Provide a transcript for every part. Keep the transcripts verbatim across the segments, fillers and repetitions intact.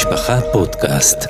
משפחה פודקאסט.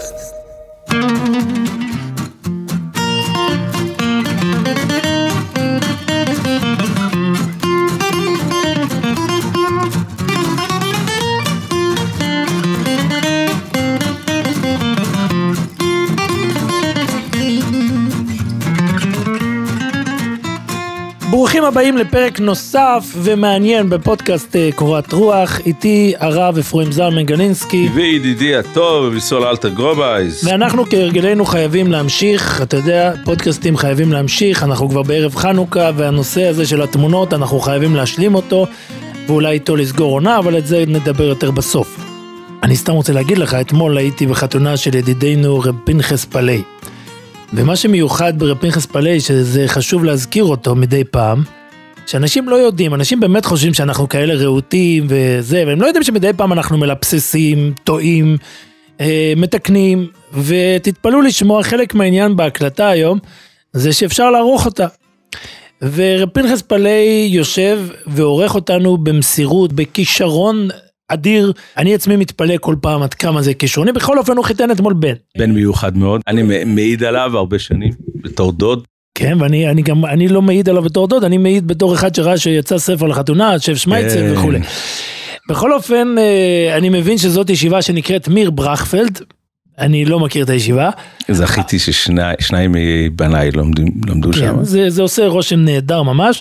ברוכים הבאים לפרק נוסף ומעניין בפודקאסט קורת רוח. איתי הרב אפרים זלמן גלינסקי וידידי הטוב ויסול אלתר גרובייז, ואנחנו כהרגלנו חייבים להמשיך. אתה יודע, פודקאסטים חייבים להמשיך. אנחנו כבר בערב חנוכה, והנושא הזה של התמונות אנחנו חייבים להשלים אותו, ואולי איתו לסגור עונה, אבל את זה נדבר יותר בסוף. אני סתם רוצה להגיד לך, אתמול הייתי בחתונה של ידידנו רב פנחס פאלי, ומה שמיוחד ברב פנחס פאלי, שזה חשוב להזכיר אותו מדי פעם, שאנשים לא יודעים, אנשים באמת חושבים שאנחנו כאלה רעותים וזה, והם לא יודעים שמדי פעם אנחנו מלפססים, טועים, אה, מתקנים, ותתפלו לשמוע חלק מהעניין בהקלטה היום, זה שאפשר לערוך אותה. ורב פנחס פאלי יושב ועורך אותנו במסירות, בכישרון אדיר. אני עצמי מתפלא כל פעם עד כמה זה כישרוני. בכל אופן הוא חיתן אתמול בן. בן מיוחד מאוד. אני מעיד עליו הרבה שנים בתור דוד. כן, ואני אני גם, אני לא מעיד עליו בתור דוד, אני מעיד בתור אחד שראה שיצא ספר לחתונה, שף שמייצר וכו'. בכל אופן, אני מבין שזאת ישיבה שנקראת מיר ברכפלד. אני לא מכיר את הישיבה. זכיתי ששניים מבניי למדו שם. זה, זה עושה רושם נהדר ממש.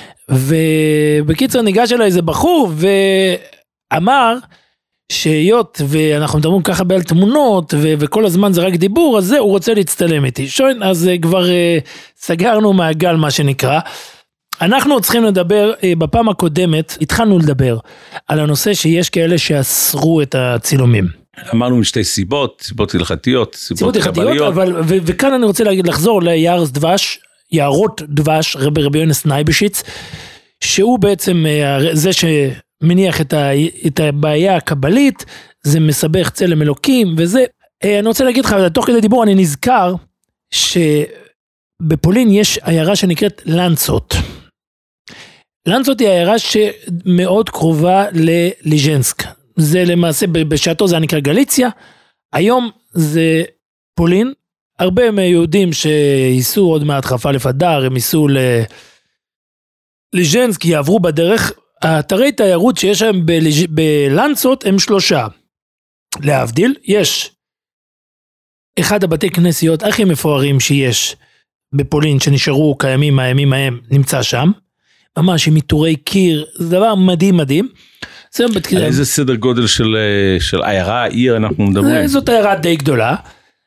ובקיצר ניגש אליי איזה בחור, ו... אמר שהיות ואנחנו מדברים ככה בעל תמונות ו- וכל הזמן זה רק דיבור, אז זה הוא רוצה להצטלם איתי. שוין, אז uh, כבר uh, סגרנו מעגל מה שנקרא. אנחנו צריכים לדבר, uh, בפעם הקודמת התחלנו לדבר על הנושא שיש כאלה שאסרו את הצילומים. אמרנו משתי סיבות, סיבות הלכתיות, סיבות הלכתיות, אבל, ו- וכאן אני רוצה להגיד, לחזור ליערס דבש, יערות דבש, רבי רבי יונס נייבשיץ, שהוא בעצם uh, זה ש... מניח את, ה, את הבעיה הקבלית, זה מסבך צלם אלוקים, וזה, אני רוצה להגיד לך, תוך כדי דיבור אני נזכר, שבפולין יש עיירה שנקראת לנצות. לנצות היא עיירה שמאוד קרובה לליז'נסק, זה למעשה, בשעתו זה נקרא גליציה, היום זה פולין, הרבה מהיהודים שייסעו עוד מעט חפה לפדר, הם ייסעו לליז'נסק, יעברו בדרך, האתרי תיירות שיש היום בלנצות הם שלושה. להבדיל, יש אחד הבתי כנסיות הכי מפוארים שיש בפולין, שנשארו קיימים מהימים ההם, נמצא שם, ממש עם עיטורי קיר, זה דבר מדהים מדהים. על איזה סדר גודל של, של עיירה, עיר אנחנו מדברים? זאת עיירה די גדולה,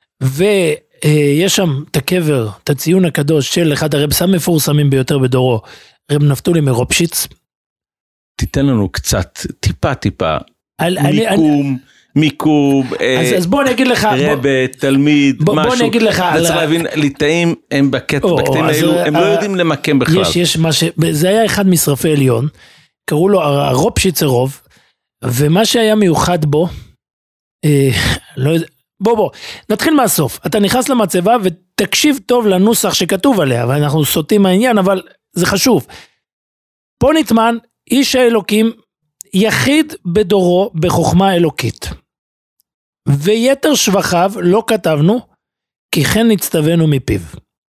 ויש שם את הקבר, את הציון הקדוש של אחד הרבס המפורסמים ביותר בדורו, רב נפתולי מרופשיץ. תיתן לנו קצת, טיפה טיפה, על, מיקום, אני, מיקום, אז, אז בוא נגיד לך, רבה, תלמיד, בוא, משהו. בוא נגיד לך. אתה צריך להבין, ליטאים הם בקטע, בקטעים האלו, הם לא יודעים למקם בכלל. יש, יש מה ש... זה היה אחד משרפי עליון, קראו לו הרופשיצרוב, ומה שהיה מיוחד בו, אה, לא יודע, בוא בוא, נתחיל מהסוף. אתה נכנס למצבה ותקשיב טוב לנוסח שכתוב עליה, ואנחנו סוטים מהעניין, אבל זה חשוב. פה נטמן, איש האלוקים יחיד בדורו בחוכמה אלוקית. ויתר שבחיו לא כתבנו, כי כן נצטווינו מפיו.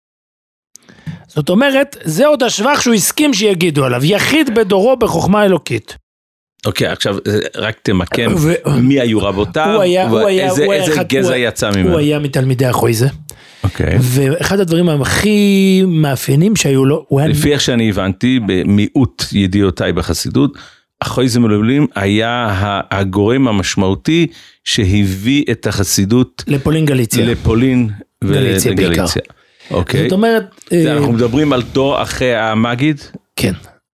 זאת אומרת, זה עוד השבח שהוא הסכים שיגידו עליו, יחיד בדורו בחוכמה אלוקית. אוקיי, עכשיו רק תמקם מי היו רבותיו, ואיזה גזע יצא ממנו. הוא היה מתלמידי החויזה. אוקיי. ואחד הדברים הכי מאפיינים שהיו לו, לפי איך שאני הבנתי, במיעוט ידיעותיי בחסידות, החויזה מלובלין היה הגורם המשמעותי שהביא את החסידות לפולין גליציה. לפולין ולגליציה. אוקיי. זאת אומרת, אנחנו מדברים על דור אחרי המגיד? כן.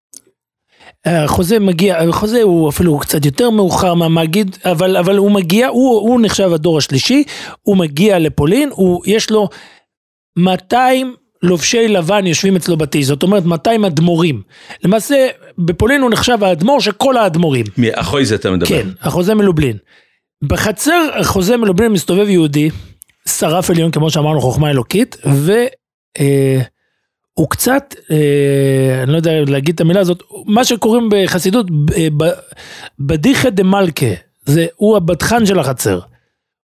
החוזה מגיע, החוזה הוא אפילו קצת יותר מאוחר מהמגיד, אבל, אבל הוא מגיע, הוא, הוא נחשב הדור השלישי, הוא מגיע לפולין, הוא, יש לו מאתיים לובשי לבן יושבים אצלו בתיש, זאת אומרת מאתיים אדמו"רים. למעשה, בפולין הוא נחשב האדמו"ר של כל האדמו"רים. מהחוזה אתה מדבר? כן, החוזה מלובלין. בחצר החוזה מלובלין מסתובב יהודי, שרף עליון כמו שאמרנו חוכמה אלוקית, ו... אה, הוא קצת, אה, אני לא יודע להגיד את המילה הזאת, מה שקוראים בחסידות, בדיחה דה מלכה, זה הוא הבטחן של החצר,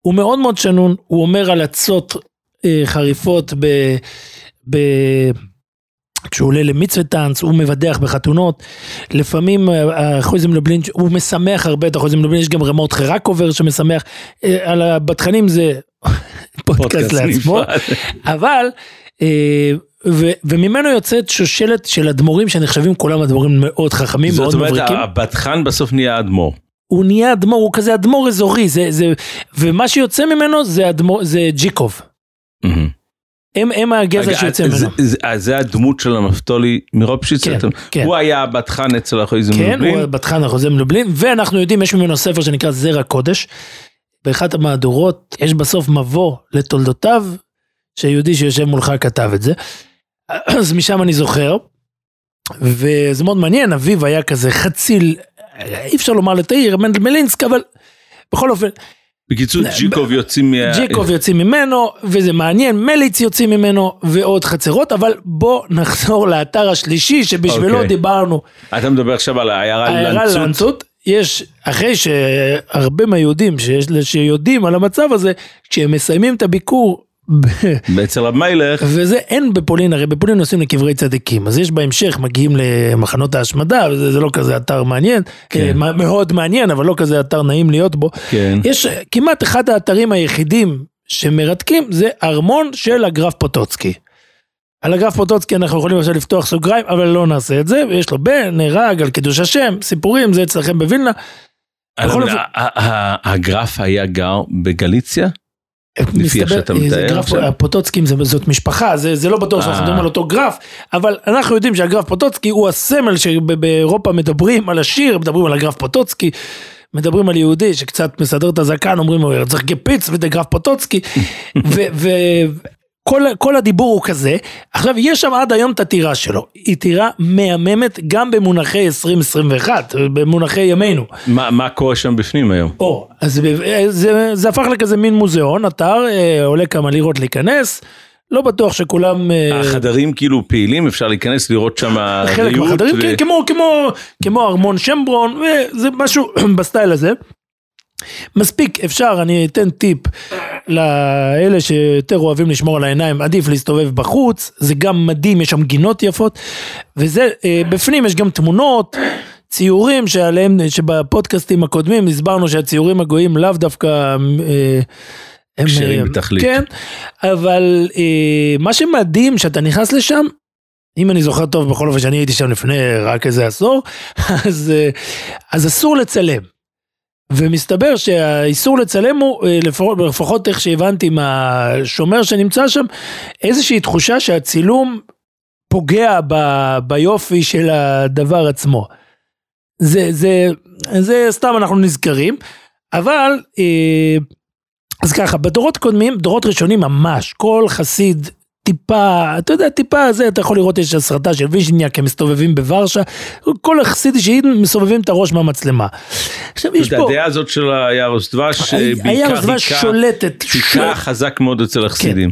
הוא מאוד מאוד שנון, הוא אומר על עצות אה, חריפות ב... ב כשהוא עולה למצוות טנץ, הוא מבדח בחתונות, לפעמים החויזם לובלין, הוא משמח הרבה את החויזם לובלין, יש גם רמות חרקובר שמשמח, על הבטחנים זה פודקאסט לעצמו, אבל, ו, וממנו יוצאת שושלת של אדמו"רים, שנחשבים כולם אדמו"רים מאוד חכמים, מאוד מבריקים. זאת אומרת, הבטחן בסוף נהיה אדמו"ר. הוא נהיה אדמו"ר, הוא כזה אדמו"ר אזורי, זה, זה, ומה שיוצא ממנו זה, אדמו"ר, זה ג'יקוב. הם, הם הגזע שיוצא ממנו. זה הדמות של המפתולי מרופשיץ, הוא היה הבטחן אצל החויזם לובלין. כן, הוא הבטחן החויזם לובלין, ואנחנו יודעים, יש ממנו ספר שנקרא זרע קודש, באחת המהדורות, יש בסוף מבוא לתולדותיו, שיהודי שיושב מולך כתב את זה, אז משם אני זוכר, וזה מאוד מעניין, אביו היה כזה חציל, אי אפשר לומר לתאיר, מנדל מלינסק, אבל בכל אופן, בקיצור, ג'יקוב יוצאים מה... ג'יקוב יוצאים ממנו, וזה מעניין, מליץ יוצאים ממנו, ועוד חצרות, אבל בוא נחזור לאתר השלישי, שבשבילו okay. דיברנו. אתה מדבר עכשיו על העיירה לנצות. לנצות, יש, אחרי שהרבה מהיהודים, שיש, שיודעים על המצב הזה, כשהם מסיימים את הביקור, אצל המלך, וזה אין בפולין, הרי בפולין נוסעים לקברי צדיקים, אז יש בהמשך, מגיעים למחנות ההשמדה, וזה זה לא כזה אתר מעניין, כן. מאוד מעניין, אבל לא כזה אתר נעים להיות בו, כן. יש כמעט אחד האתרים היחידים שמרתקים, זה ארמון של הגרף פוטוצקי, על הגרף פוטוצקי אנחנו יכולים עכשיו לפתוח סוגריים, אבל לא נעשה את זה, ויש לו בן, נהרג על קידוש השם, סיפורים, זה אצלכם בווילנה. הגרף היה גר בגליציה? לפי איך שאתה מתאר עכשיו. הפוטוצקים זאת משפחה, זה, זה לא בטוח שאנחנו מדברים על אותו גרף, אבל אנחנו יודעים שהגרף פוטוצקי הוא הסמל שבאירופה מדברים על השיר, מדברים על הגרף פוטוצקי, מדברים על יהודי שקצת מסדר את הזקן, אומרים הוא צריך גפיץ וזה גרף פוטוצקי, וכל כל הדיבור הוא כזה. עכשיו יש שם עד היום את הטירה שלו, היא טירה מהממת גם במונחי עשרים עשרים ואחת, במונחי ימינו. מה, מה קורה שם בפנים היום? או, אז זה, זה הפך לכזה מין מוזיאון, אתר, עולה כמה לירות להיכנס, לא בטוח שכולם... החדרים כאילו פעילים, אפשר להיכנס לראות שם חלק מהחדרים, ו... כן, כמו, כמו, כמו ארמון שמברון, וזה משהו בסטייל הזה. מספיק, אפשר, אני אתן טיפ לאלה שיותר אוהבים לשמור על העיניים, עדיף להסתובב בחוץ, זה גם מדהים, יש שם גינות יפות, וזה, בפנים יש גם תמונות, ציורים שעליהם, שבפודקאסטים הקודמים, הסברנו שהציורים הגויים לאו דווקא... כשרים בתכלית. כן, אבל מה שמדהים שאתה נכנס לשם, אם אני זוכר טוב בכל אופן שאני הייתי שם לפני רק איזה עשור, אז, אז אסור לצלם. ומסתבר שהאיסור לצלם הוא, לפחות, לפחות איך שהבנתי מהשומר שנמצא שם, איזושהי תחושה שהצילום פוגע ב, ביופי של הדבר עצמו. זה, זה, זה סתם אנחנו נזכרים, אבל... אז ככה, בדורות קודמים, דורות ראשונים ממש, כל חסיד טיפה, אתה יודע, טיפה זה, אתה יכול לראות יש הסרטה של ויז'ניאק, הם מסתובבים בוורשה, כל החסיד שהיא מסובבים את הראש מהמצלמה. עכשיו יש פה... הדעה הזאת של הירוס דבש, הירוס דבש שולטת. חיכה חזק מאוד אצל החסידים.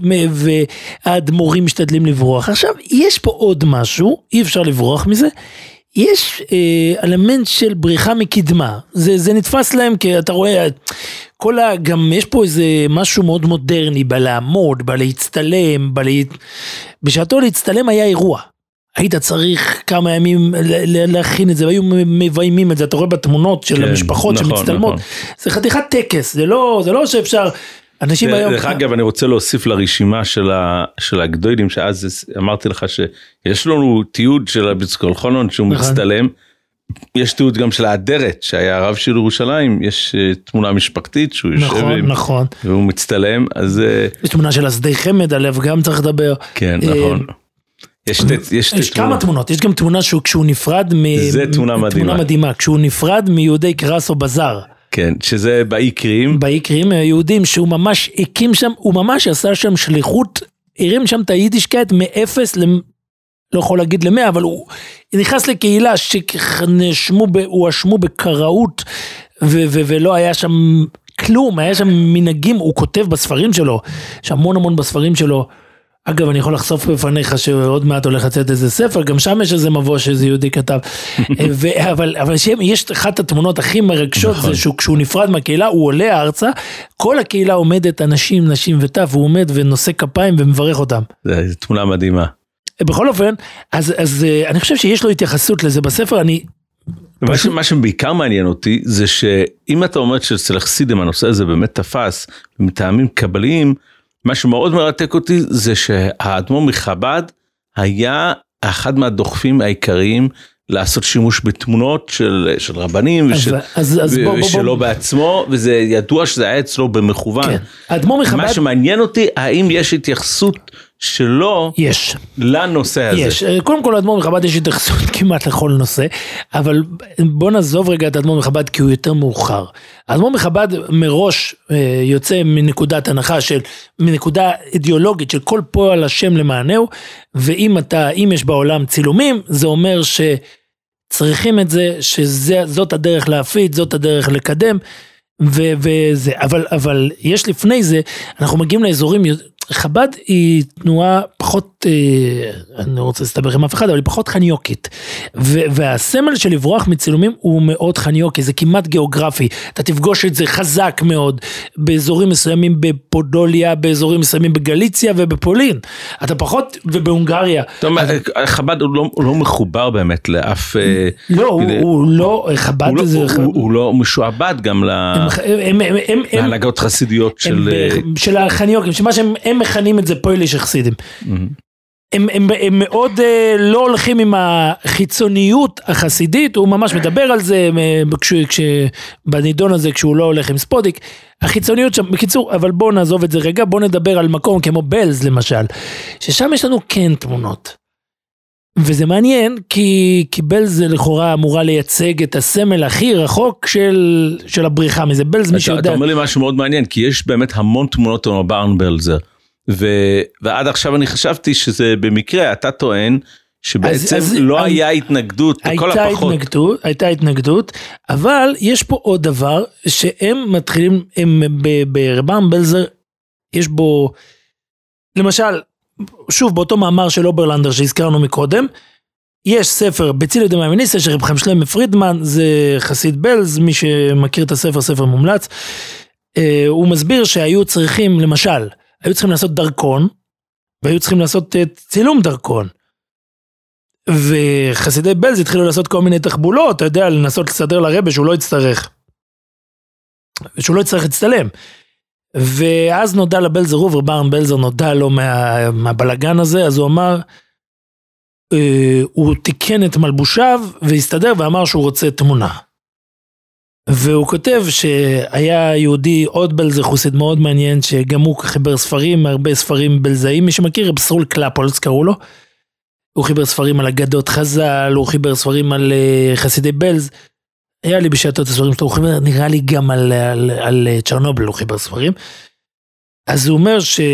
והאדמו"רים משתדלים לברוח. עכשיו, יש פה עוד משהו, אי אפשר לברוח מזה, יש אה, אלמנט של בריחה מקדמה, זה, זה נתפס להם כי אתה רואה, כל ה, גם יש פה איזה משהו מאוד מודרני, בלעמוד, בלהצטלם, בלה... בשעתו להצטלם היה אירוע, היית צריך כמה ימים להכין את זה, והיו מביימים את זה, אתה רואה בתמונות של כן, המשפחות נכון, שמצטלמות, נכון. זה חתיכת טקס, זה לא, זה לא שאפשר... אנשים היום... דרך אגב, אני רוצה להוסיף לרשימה של, ה, של הגדולים, שאז אמרתי לך שיש לנו תיעוד של הביצקולחונון שהוא מצטלם, יש תיעוד גם של האדרת, שהיה הרב של ירושלים, יש תמונה משפחתית שהוא יושב נכון, נכון. והוא מצטלם, אז... יש תמונה של השדה חמד, עליו גם צריך לדבר. כן, נכון. יש, יש, יש כמה תמונה. תמונות, יש גם תמונה כשהוא נפרד... מ... זה תמונה מדהימה. תמונה מדהימה, כשהוא נפרד מיהודי קרס או בזר. כן, שזה באי קרים. באי קרים, היהודים שהוא ממש הקים שם, הוא ממש עשה שם שליחות, הרים שם את היידישקייט מאפס, לא יכול להגיד למאה, אבל הוא נכנס לקהילה שנשמו, הוא אשמו בקראות, ולא היה שם כלום, היה שם מנהגים, הוא כותב בספרים שלו, יש המון המון בספרים שלו, אגב, אני יכול לחשוף בפניך שעוד מעט הולך לצאת איזה ספר, גם שם יש איזה מבוא שאיזה יהודי כתב, ו- אבל, אבל יש אחת התמונות הכי מרגשות, נכון. זה שכשהוא נפרד מהקהילה, הוא עולה ארצה, כל הקהילה עומדת, אנשים, נשים וטף, והוא עומד ונושא כפיים ומברך אותם. זו תמונה מדהימה. בכל אופן, אז, אז אני חושב שיש לו התייחסות לזה בספר, אני... מה, ש, מה שבעיקר מעניין אותי, זה שאם אתה אומר שאצל חסידים הנושא הזה באמת תפס, מטעמים קבליים, מה שמאוד מרתק אותי זה שהאדמו"ר מחב"ד היה אחד מהדוחפים העיקריים לעשות שימוש בתמונות של, של רבנים ושל, אז, אז בוא, ושלו בוא, בוא. בעצמו, וזה ידוע שזה היה אצלו במכוון. כן. האדמו"ר מחב"ד... מה שמעניין אותי, האם יש התייחסות שלו יש. לנושא הזה? יש. קודם כל, האדמו"ר מחב"ד יש התייחסות כמעט לכל נושא, אבל בוא נעזוב רגע את האדמו"ר מחב"ד כי הוא יותר מאוחר. האדמו"ר מחב"ד מראש יוצא מנקודת הנחה של, מנקודה אידיאולוגית של כל פועל השם למענהו, ואם אתה, אם יש בעולם צילומים, זה אומר שצריכים את זה, שזאת הדרך להפיץ, זאת הדרך לקדם, ו- וזה, אבל, אבל יש לפני זה, אנחנו מגיעים לאזורים, חב"ד היא תנועה פחות, אה, אני לא רוצה להסתבר עם אף אחד, אבל היא פחות חניוקית, ו- והסמל של לברוח מצילומים הוא מאוד חניוקי, זה כמעט גיאוגרפי, אתה תפגוש את זה חזק מאוד, באזורים מסוימים בפודוליה, באזורים מסוימים בגליציה ובפולין, אתה פחות, ובהונגריה. זאת אומרת, חב"ד הוא לא, הוא לא מחובר באמת לאף... לא, כדי... הוא, הוא לא, חב"ד הוא זה... לא, הוא, הוא לא משועבד גם להנהגות חסידיות של... של החניוקים, שמה שהם הם מכנים את זה פויליש חסידים. הם, הם, הם מאוד לא הולכים עם החיצוניות החסידית, הוא ממש מדבר על זה, בנידון הזה, כשהוא לא הולך עם ספודיק, החיצוניות שם, בקיצור, אבל בואו נעזוב את זה רגע, בואו נדבר על מקום כמו בלז למשל, ששם יש לנו כן תמונות. וזה מעניין, כי, כי בלז לכאורה אמורה לייצג את הסמל הכי רחוק של, של הבריחה מזה. בלז מי שיודע... אתה אומר לי משהו מאוד מעניין, כי יש באמת המון תמונות על ברן בלזר. ו... ועד עכשיו אני חשבתי שזה במקרה, אתה טוען שבעצם אז, אז לא אני... היה התנגדות, לכל הפחות. התנגדות, הייתה התנגדות, אבל יש פה עוד דבר, שהם מתחילים, הם ברבן בלזר, יש בו, למשל, שוב באותו מאמר של אוברלנדר שהזכרנו מקודם, יש ספר בצילה דמיימניסטה של רב חיים שלמה פרידמן, זה חסיד בלז, מי שמכיר את הספר, ספר מומלץ, הוא מסביר שהיו צריכים, למשל, היו צריכים לעשות דרכון, והיו צריכים לעשות צילום דרכון, וחסידי בלז התחילו לעשות כל מיני תחבולות, אתה יודע, לנסות לסדר לרבא שהוא לא יצטרך, שהוא לא יצטרך להצטלם, ואז נודע לבלזר רובר, ברן בלזר נודע לו מה, מהבלגן הזה, אז הוא אמר, אה, הוא תיקן את מלבושיו, והסתדר ואמר שהוא רוצה תמונה. והוא כותב שהיה יהודי עוד בלזר חוסיד מאוד מעניין, שגם הוא חיבר ספרים, הרבה ספרים בלזאים, מי שמכיר, רב סרול קלפולס קראו לו, הוא חיבר ספרים על אגדות חז"ל, הוא חיבר ספרים על uh, חסידי בלז, היה לי בשעתו את הספרים, הוא חיבר, נראה לי גם על, על, על צ'רנובל הוא חיבר ספרים, אז הוא אומר ש,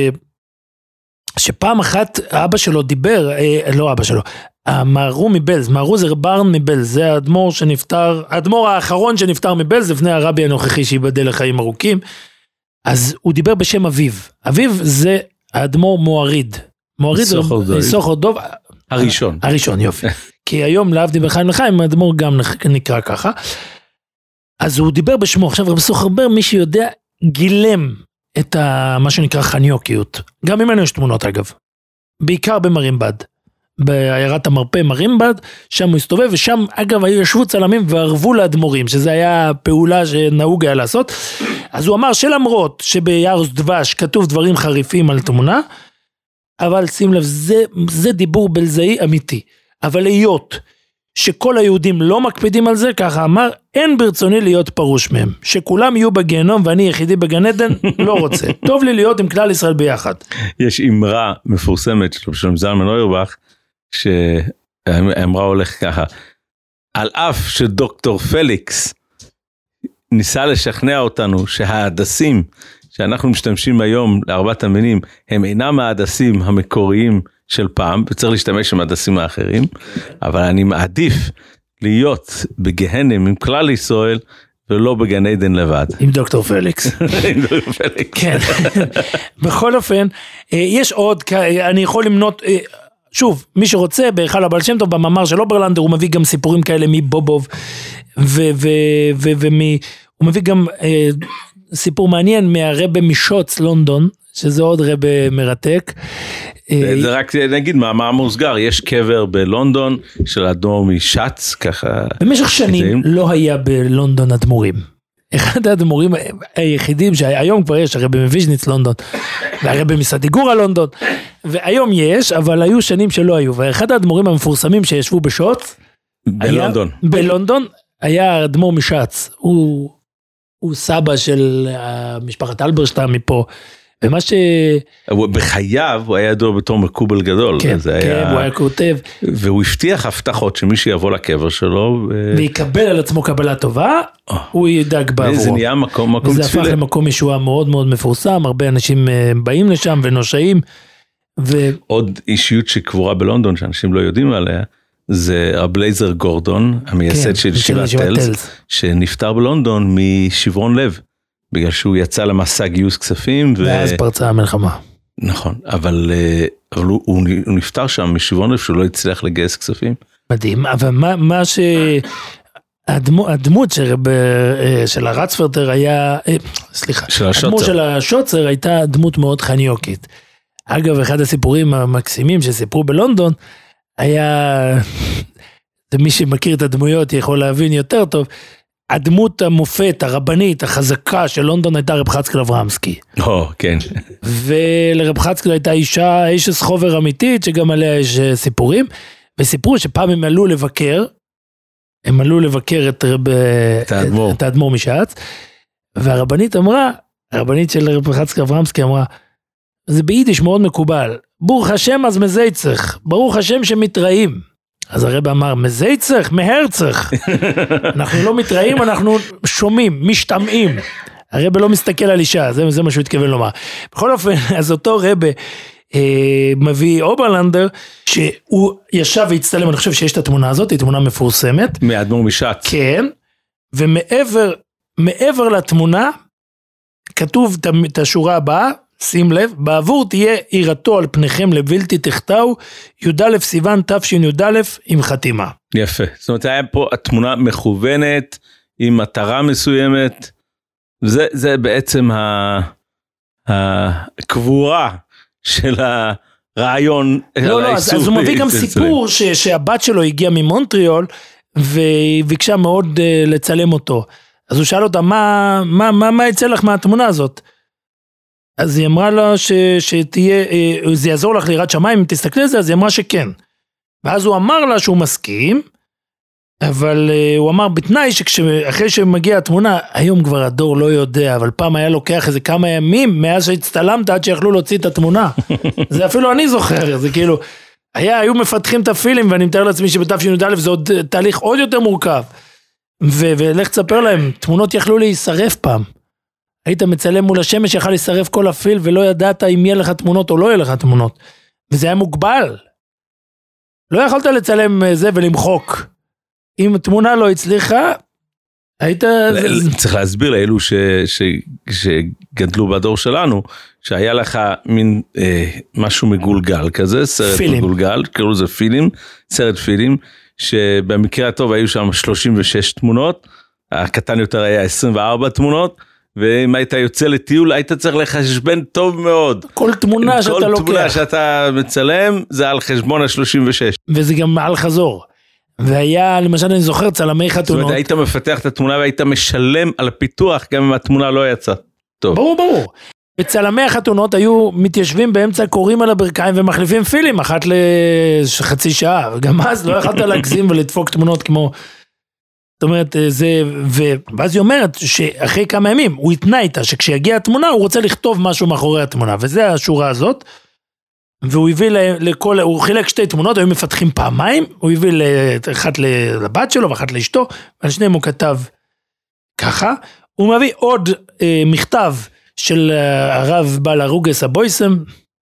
שפעם אחת אבא שלו דיבר, אה, לא אבא שלו, המערו מבלז, מערו זה ברן מבלז, זה האדמו"ר שנפטר, האדמו"ר האחרון שנפטר מבלז, לפני הרבי הנוכחי שיבדל לחיים ארוכים, אז הוא דיבר בשם אביו, אביו זה האדמו"ר מואריד, מואריד סוחר דוב, הראשון. הראשון, יופי. כי היום להבדיל בחיים לחיים, האדמו"ר גם נקרא ככה. אז הוא דיבר בשמו, עכשיו רב סוחר בר, מי שיודע, גילם את ה, מה שנקרא חניוקיות. גם ממנו יש תמונות אגב. בעיקר במרימבד. בעיירת המרפא מרימבד, שם הוא הסתובב, ושם אגב היו ישבו צלמים וערבו לאדמו"רים, שזה היה פעולה שנהוג היה לעשות. אז הוא אמר שלמרות שביערוס דבש כתוב דברים חריפים על תמונה, אבל שים לב, זה, זה דיבור בלזאי אמיתי. אבל להיות שכל היהודים לא מקפידים על זה, ככה אמר, אין ברצוני להיות פרוש מהם. שכולם יהיו בגיהנום ואני יחידי בגן עדן, לא רוצה. טוב לי להיות עם כלל ישראל ביחד. יש אמרה מפורסמת של שלום זלמן אוירבך, שהאמרה הולך ככה, על אף שדוקטור פליקס ניסה לשכנע אותנו שההדסים שאנחנו משתמשים היום לארבעת המינים, הם אינם ההדסים המקוריים של פעם, וצריך להשתמש עם ההדסים האחרים, אבל אני מעדיף להיות בגהנם עם כלל ישראל, ולא בגן עדן לבד. עם דוקטור פליקס. עם דוקטור פליקס. כן. בכל אופן, יש עוד, אני יכול למנות, שוב, מי שרוצה, בהיכל הבעל שם טוב, במאמר של אוברלנדר, הוא מביא גם סיפורים כאלה מבובוב, והוא מביא גם סיפור מעניין מהרבא משוצ, לונדון, שזה עוד רבא מרתק. זה רק נגיד מאמר מוסגר, יש קבר בלונדון של אדמו"ר משץ, ככה. במשך שנים לא היה בלונדון אדמו"רים. אחד האדמו"רים היחידים שהיום כבר יש, הרבא מוויז'ניץ לונדון, והרבא מסדיגורה לונדון, והיום יש, אבל היו שנים שלא היו, ואחד האדמו"רים המפורסמים שישבו בשוצ, בלונדון. בלונדון היה אדמו"ר משץ, הוא, הוא סבא של משפחת אלברשטיין מפה, ומה ש... בחייו הוא היה ידוע בתור מקובל גדול. כן, זה כן, היה... הוא היה כותב. והוא הבטיח הבטחות שמי שיבוא לקבר שלו. ו... ויקבל על עצמו קבלה טובה, oh. הוא ידאג בעבורו. וזה נהיה מקום, מקום וזה תפילה. הפך למקום ישועה מאוד מאוד מפורסם, הרבה אנשים באים לשם ונושאים. ו... עוד אישיות שקבורה בלונדון, שאנשים לא יודעים עליה, זה רב לייזר גורדון, המייסד כן, של ישיבת טלס, שנפטר בלונדון משברון לב. בגלל שהוא יצא למסע גיוס כספים. ואז ו... פרצה המלחמה. נכון, אבל, אבל הוא, הוא, הוא נפטר שם משברון לב, שהוא לא הצליח לגייס כספים. מדהים, אבל מה, מה ש... הדמו, הדמות של, של הרצפרטר היה, סליחה, של הדמות של השוצר הייתה דמות מאוד חניוקית. אגב, אחד הסיפורים המקסימים שסיפרו בלונדון, היה, מי שמכיר את הדמויות יכול להבין יותר טוב, הדמות המופת, הרבנית, החזקה של לונדון הייתה רב חצקאל אברהמסקי. או, כן. ולרב חצקאל הייתה אישה, איש חובר אמיתית, שגם עליה יש סיפורים, וסיפרו שפעם הם עלו לבקר, הם עלו לבקר את רב... את האדמו"ר. את האדמו"ר משץ, והרבנית אמרה, הרבנית של רב חצקאל אברהמסקי אמרה, זה ביידיש מאוד מקובל, ברוך השם אז מזייצך, ברוך השם שמתראים. אז הרב אמר, מזייצך, מהרצך. אנחנו לא מתראים, אנחנו שומעים, משתמעים. הרב לא מסתכל על אישה, זה, זה מה שהוא התכוון לומר. בכל אופן, אז אותו רב אה, מביא אוברלנדר, שהוא ישב והצטלם, אני חושב שיש את התמונה הזאת, היא תמונה מפורסמת. מאדמו"ר משץ. כן, ומעבר מעבר לתמונה, כתוב את השורה הבאה, שים לב, בעבור תהיה עירתו על פניכם לבלתי תחתהו, י"א סיוון תשי"א עם חתימה. יפה, זאת אומרת, היה פה התמונה מכוונת, עם מטרה מסוימת, זה, זה בעצם הקבורה של הרעיון. לא, לא, אז, אז הוא מביא גם סיפור ש, שהבת שלו הגיעה ממונטריאול, וביקשה מאוד uh, לצלם אותו. אז הוא שאל אותה, מה, מה, מה, מה יצא לך מהתמונה הזאת? אז היא אמרה לה ש, שתהיה, זה יעזור לך ליראת שמיים, אם תסתכלי על זה, אז היא אמרה שכן. ואז הוא אמר לה שהוא מסכים, אבל הוא אמר בתנאי שאחרי שמגיעה התמונה, היום כבר הדור לא יודע, אבל פעם היה לוקח איזה כמה ימים, מאז שהצטלמת עד שיכלו להוציא את התמונה. זה אפילו אני זוכר, זה כאילו, היה, היו מפתחים את הפילים, ואני מתאר לעצמי שבתשי"א זה עוד תהליך עוד יותר מורכב. ו- ולך תספר להם, תמונות יכלו להישרף פעם. היית מצלם מול השמש, יכל להישרף כל הפיל, ולא ידעת אם יהיה לך תמונות או לא יהיה לך תמונות. וזה היה מוגבל. לא יכולת לצלם זה ולמחוק. אם תמונה לא הצליחה, היית... צריך להסביר לאלו ש... ש... שגדלו בדור שלנו, שהיה לך מין אה, משהו מגולגל כזה, סרט פילים. מגולגל, קראו לזה פילים, סרט פילים, שבמקרה הטוב היו שם שלושים ושש תמונות, הקטן יותר היה עשרים וארבע תמונות, ואם היית יוצא לטיול, היית צריך לחשבן טוב מאוד. כל תמונה שאתה לוקח. כל תמונה שאתה מצלם, זה על חשבון ה-שלושים ושש. וזה גם על חזור. והיה, למשל, אני זוכר, צלמי חתונות. זאת אומרת, היית מפתח את התמונה, והיית משלם על הפיתוח, גם אם התמונה לא יצאה. טוב. ברור, ברור. וצלמי החתונות היו מתיישבים באמצע, קוראים על הברכיים, ומחליפים פילים, אחת לחצי שעה. וגם אז לא יכולת להגזים ולדפוק תמונות כמו... זאת אומרת, זה, ואז היא אומרת שאחרי כמה ימים הוא התנה איתה שכשיגיע התמונה הוא רוצה לכתוב משהו מאחורי התמונה, וזה השורה הזאת, והוא הביא לכל, הוא חילק שתי תמונות, היו מפתחים פעמיים, הוא הביא אחת לבת שלו ואחת לאשתו, על שניהם הוא כתב ככה, הוא מביא עוד אה, מכתב של הרב בעל הרוגס הבויסם,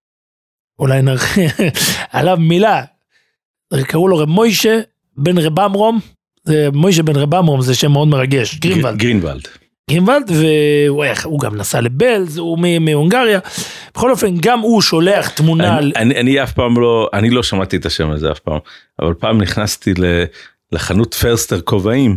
אולי נראה עליו מילה, קראו לו רב מוישה, בן רב אמרום, זה מוישה בן רבמום, זה שם מאוד מרגש, גרינוולד. גרינוולד. גרינוולד, והוא גם נסע לבלז, הוא מהונגריה, בכל אופן, גם הוא שולח תמונה. אני, אני, אני אף פעם לא, אני לא שמעתי את השם הזה אף פעם, אבל פעם נכנסתי לחנות פרסטר כובעים,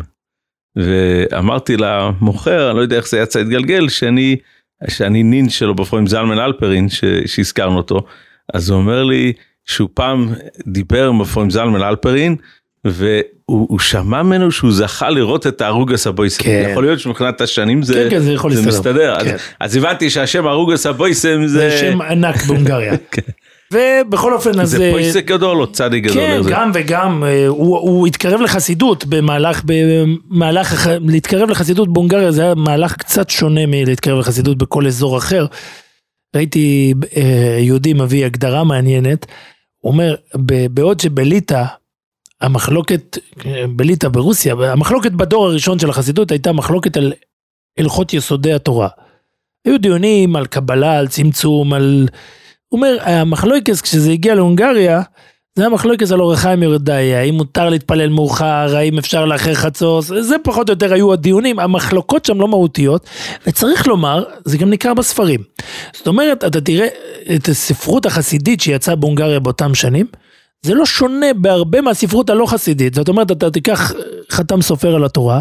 ואמרתי למוכר, אני לא יודע איך זה יצא התגלגל, שאני, שאני נין שלו בפרוים זלמן אלפרין, שהזכרנו אותו, אז הוא אומר לי, שהוא פעם דיבר עם בפרוים זלמן אלפרין, והוא שמע ממנו שהוא זכה לראות את הארוגס הבויסם. כן. יכול להיות שמבחינת השנים זה, כן, כן, זה, יכול זה מסתדר. כן. אז, אז הבנתי שהשם הארוגס הבויסם זה... זה שם ענק בהונגריה. כן. ובכל אופן אז... זה פויסק גדול או צדיק גדול? כן, גם זה. וגם, הוא, הוא התקרב לחסידות במהלך, במהלך, להתקרב לחסידות בהונגריה, זה היה מהלך קצת שונה מלהתקרב לחסידות בכל אזור אחר. ראיתי יהודי מביא הגדרה מעניינת, הוא אומר, בעוד שבליטה, המחלוקת בליטה ברוסיה, המחלוקת בדור הראשון של החסידות הייתה מחלוקת על הלכות יסודי התורה. היו דיונים על קבלה, על צמצום, על... הוא אומר, המחלוקת כשזה הגיע להונגריה, זה היה מחלוקת על אור החיים יורדאי, האם מותר להתפלל מאוחר, האם אפשר לאחר חצוס, זה פחות או יותר היו הדיונים, המחלוקות שם לא מהותיות, וצריך לומר, זה גם נקרא בספרים. זאת אומרת, אתה תראה את הספרות החסידית שיצאה בהונגריה באותם שנים, זה לא שונה בהרבה מהספרות הלא חסידית, זאת אומרת, אתה תיקח חתם סופר על התורה,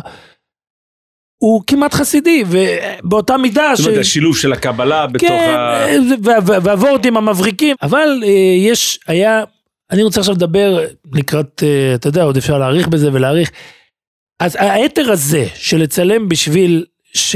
הוא כמעט חסידי, ובאותה מידה... זאת אומרת, השילוב של הקבלה בתוך ה... כן, והוורטים המבריקים, אבל יש, היה, אני רוצה עכשיו לדבר לקראת, אתה יודע, עוד אפשר להעריך בזה ולהעריך, אז היתר הזה, של לצלם בשביל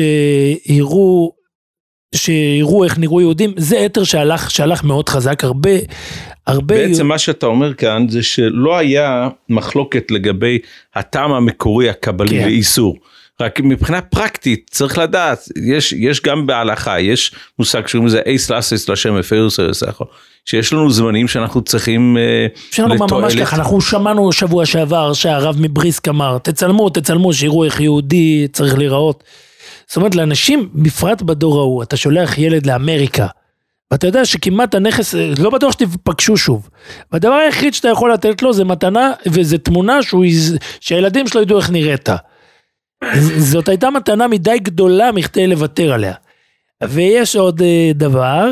שיראו, שיראו איך נראו יהודים, זה היתר שהלך, שהלך מאוד חזק, הרבה... בעצם מה שאתה אומר כאן זה שלא היה מחלוקת לגבי הטעם המקורי הקבלי ואיסור, רק מבחינה פרקטית צריך לדעת, יש, יש גם בהלכה, יש מושג שקוראים לזה אייס לאסס לשם אפיירוס, שיש לנו זמנים שאנחנו צריכים לתועלת. ממש ככה, אנחנו שמענו שבוע שעבר שהרב מבריסק אמר, תצלמו, תצלמו, שיראו איך יהודי צריך להיראות. זאת אומרת, לאנשים, בפרט בדור ההוא, אתה שולח ילד לאמריקה, ואתה יודע שכמעט הנכס, לא בטוח שתפגשו שוב. והדבר היחיד שאתה יכול לתת לו זה מתנה, וזה תמונה שהוא, שהילדים שלו ידעו איך נראית. זאת הייתה מתנה מדי גדולה מכדי לוותר עליה. ויש עוד דבר,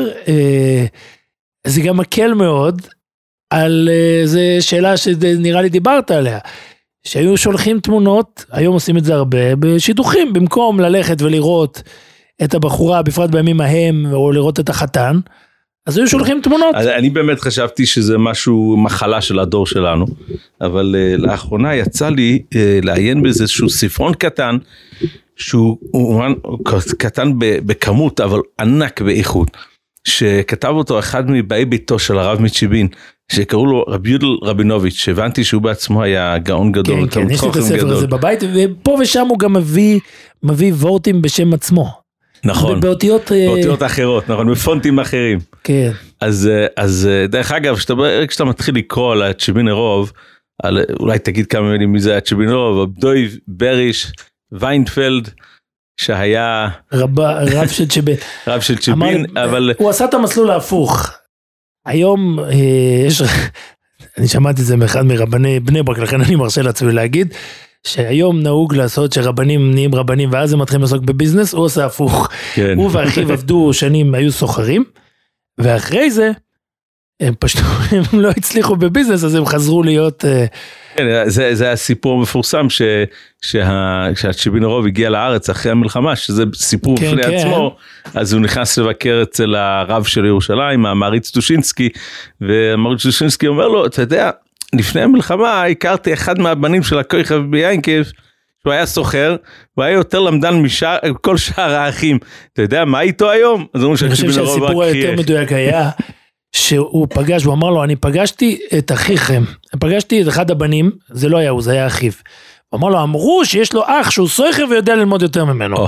זה גם מקל מאוד, על זה שאלה שנראה לי דיברת עליה, שהיו שולחים תמונות, היום עושים את זה הרבה, בשידוכים, במקום ללכת ולראות את הבחורה, בפרט בימים ההם, או לראות את החתן, אז היו שולחים תמונות. אני באמת חשבתי שזה משהו, מחלה של הדור שלנו, אבל uh, לאחרונה יצא לי uh, לעיין באיזה איזשהו ספרון קטן, שהוא הוא, הוא, קטן בכמות, אבל ענק באיכות, שכתב אותו אחד מבאי ביתו של הרב מצ'יבין, שקראו לו רבי יודל רבינוביץ', שהבנתי שהוא בעצמו היה גאון גדול. כן, כן, יש לי את הספר הזה בבית, ופה ושם הוא גם מביא, מביא וורטים בשם עצמו. נכון, באותיות, באותיות אחרות, נכון, בפונטים אחרים. כן. אז, אז דרך אגב, כשאתה מתחיל לקרוא על הצ'יבינרוב, על, אולי תגיד כמה מילים מי זה הצ'יבינרוב, אבדוי בריש, ויינפלד, שהיה... רב, רב של צ'יבין. רב של צ'יבין, אבל... הוא עשה את המסלול ההפוך. היום יש... אני שמעתי את זה מאחד מרבני בני ברק, לכן אני מרשה לעצמי להגיד, שהיום נהוג לעשות שרבנים נהיים רבנים, ואז הם מתחילים לעסוק בביזנס, הוא עושה הפוך. כן. הוא ואחיו עבדו שנים, היו סוחרים, ואחרי זה, הם פשוט, הם לא הצליחו בביזנס, אז הם חזרו להיות... כן, זה, זה הסיפור המפורסם, ש, שה, שהצ'יבינרוב הגיע לארץ אחרי המלחמה, שזה סיפור כן, בפני כן. עצמו, אז הוא נכנס לבקר אצל הרב של ירושלים, המעריץ טושינסקי, והמעריץ טושינסקי אומר לו, אתה יודע, לפני המלחמה הכרתי אחד מהבנים של הכוכב ביינקב, שהוא היה סוחר, הוא היה יותר למדן מכל שאר האחים. אתה יודע מה איתו היום? אני חושב שהסיפור היותר מדויק היה, שהוא פגש, הוא אמר לו, אני פגשתי את אחיכם, פגשתי את אחד הבנים, זה לא היה הוא, זה היה אחיו. הוא אמר לו, אמרו שיש לו אח שהוא סוחר ויודע ללמוד יותר ממנו.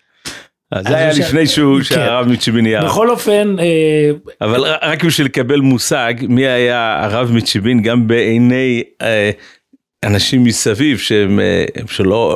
אז זה היה לפני שהרב מצ'יבין היה. בכל אופן... אבל רק בשביל לקבל מושג, מי היה הרב מצ'יבין, גם בעיני אנשים מסביב, שלא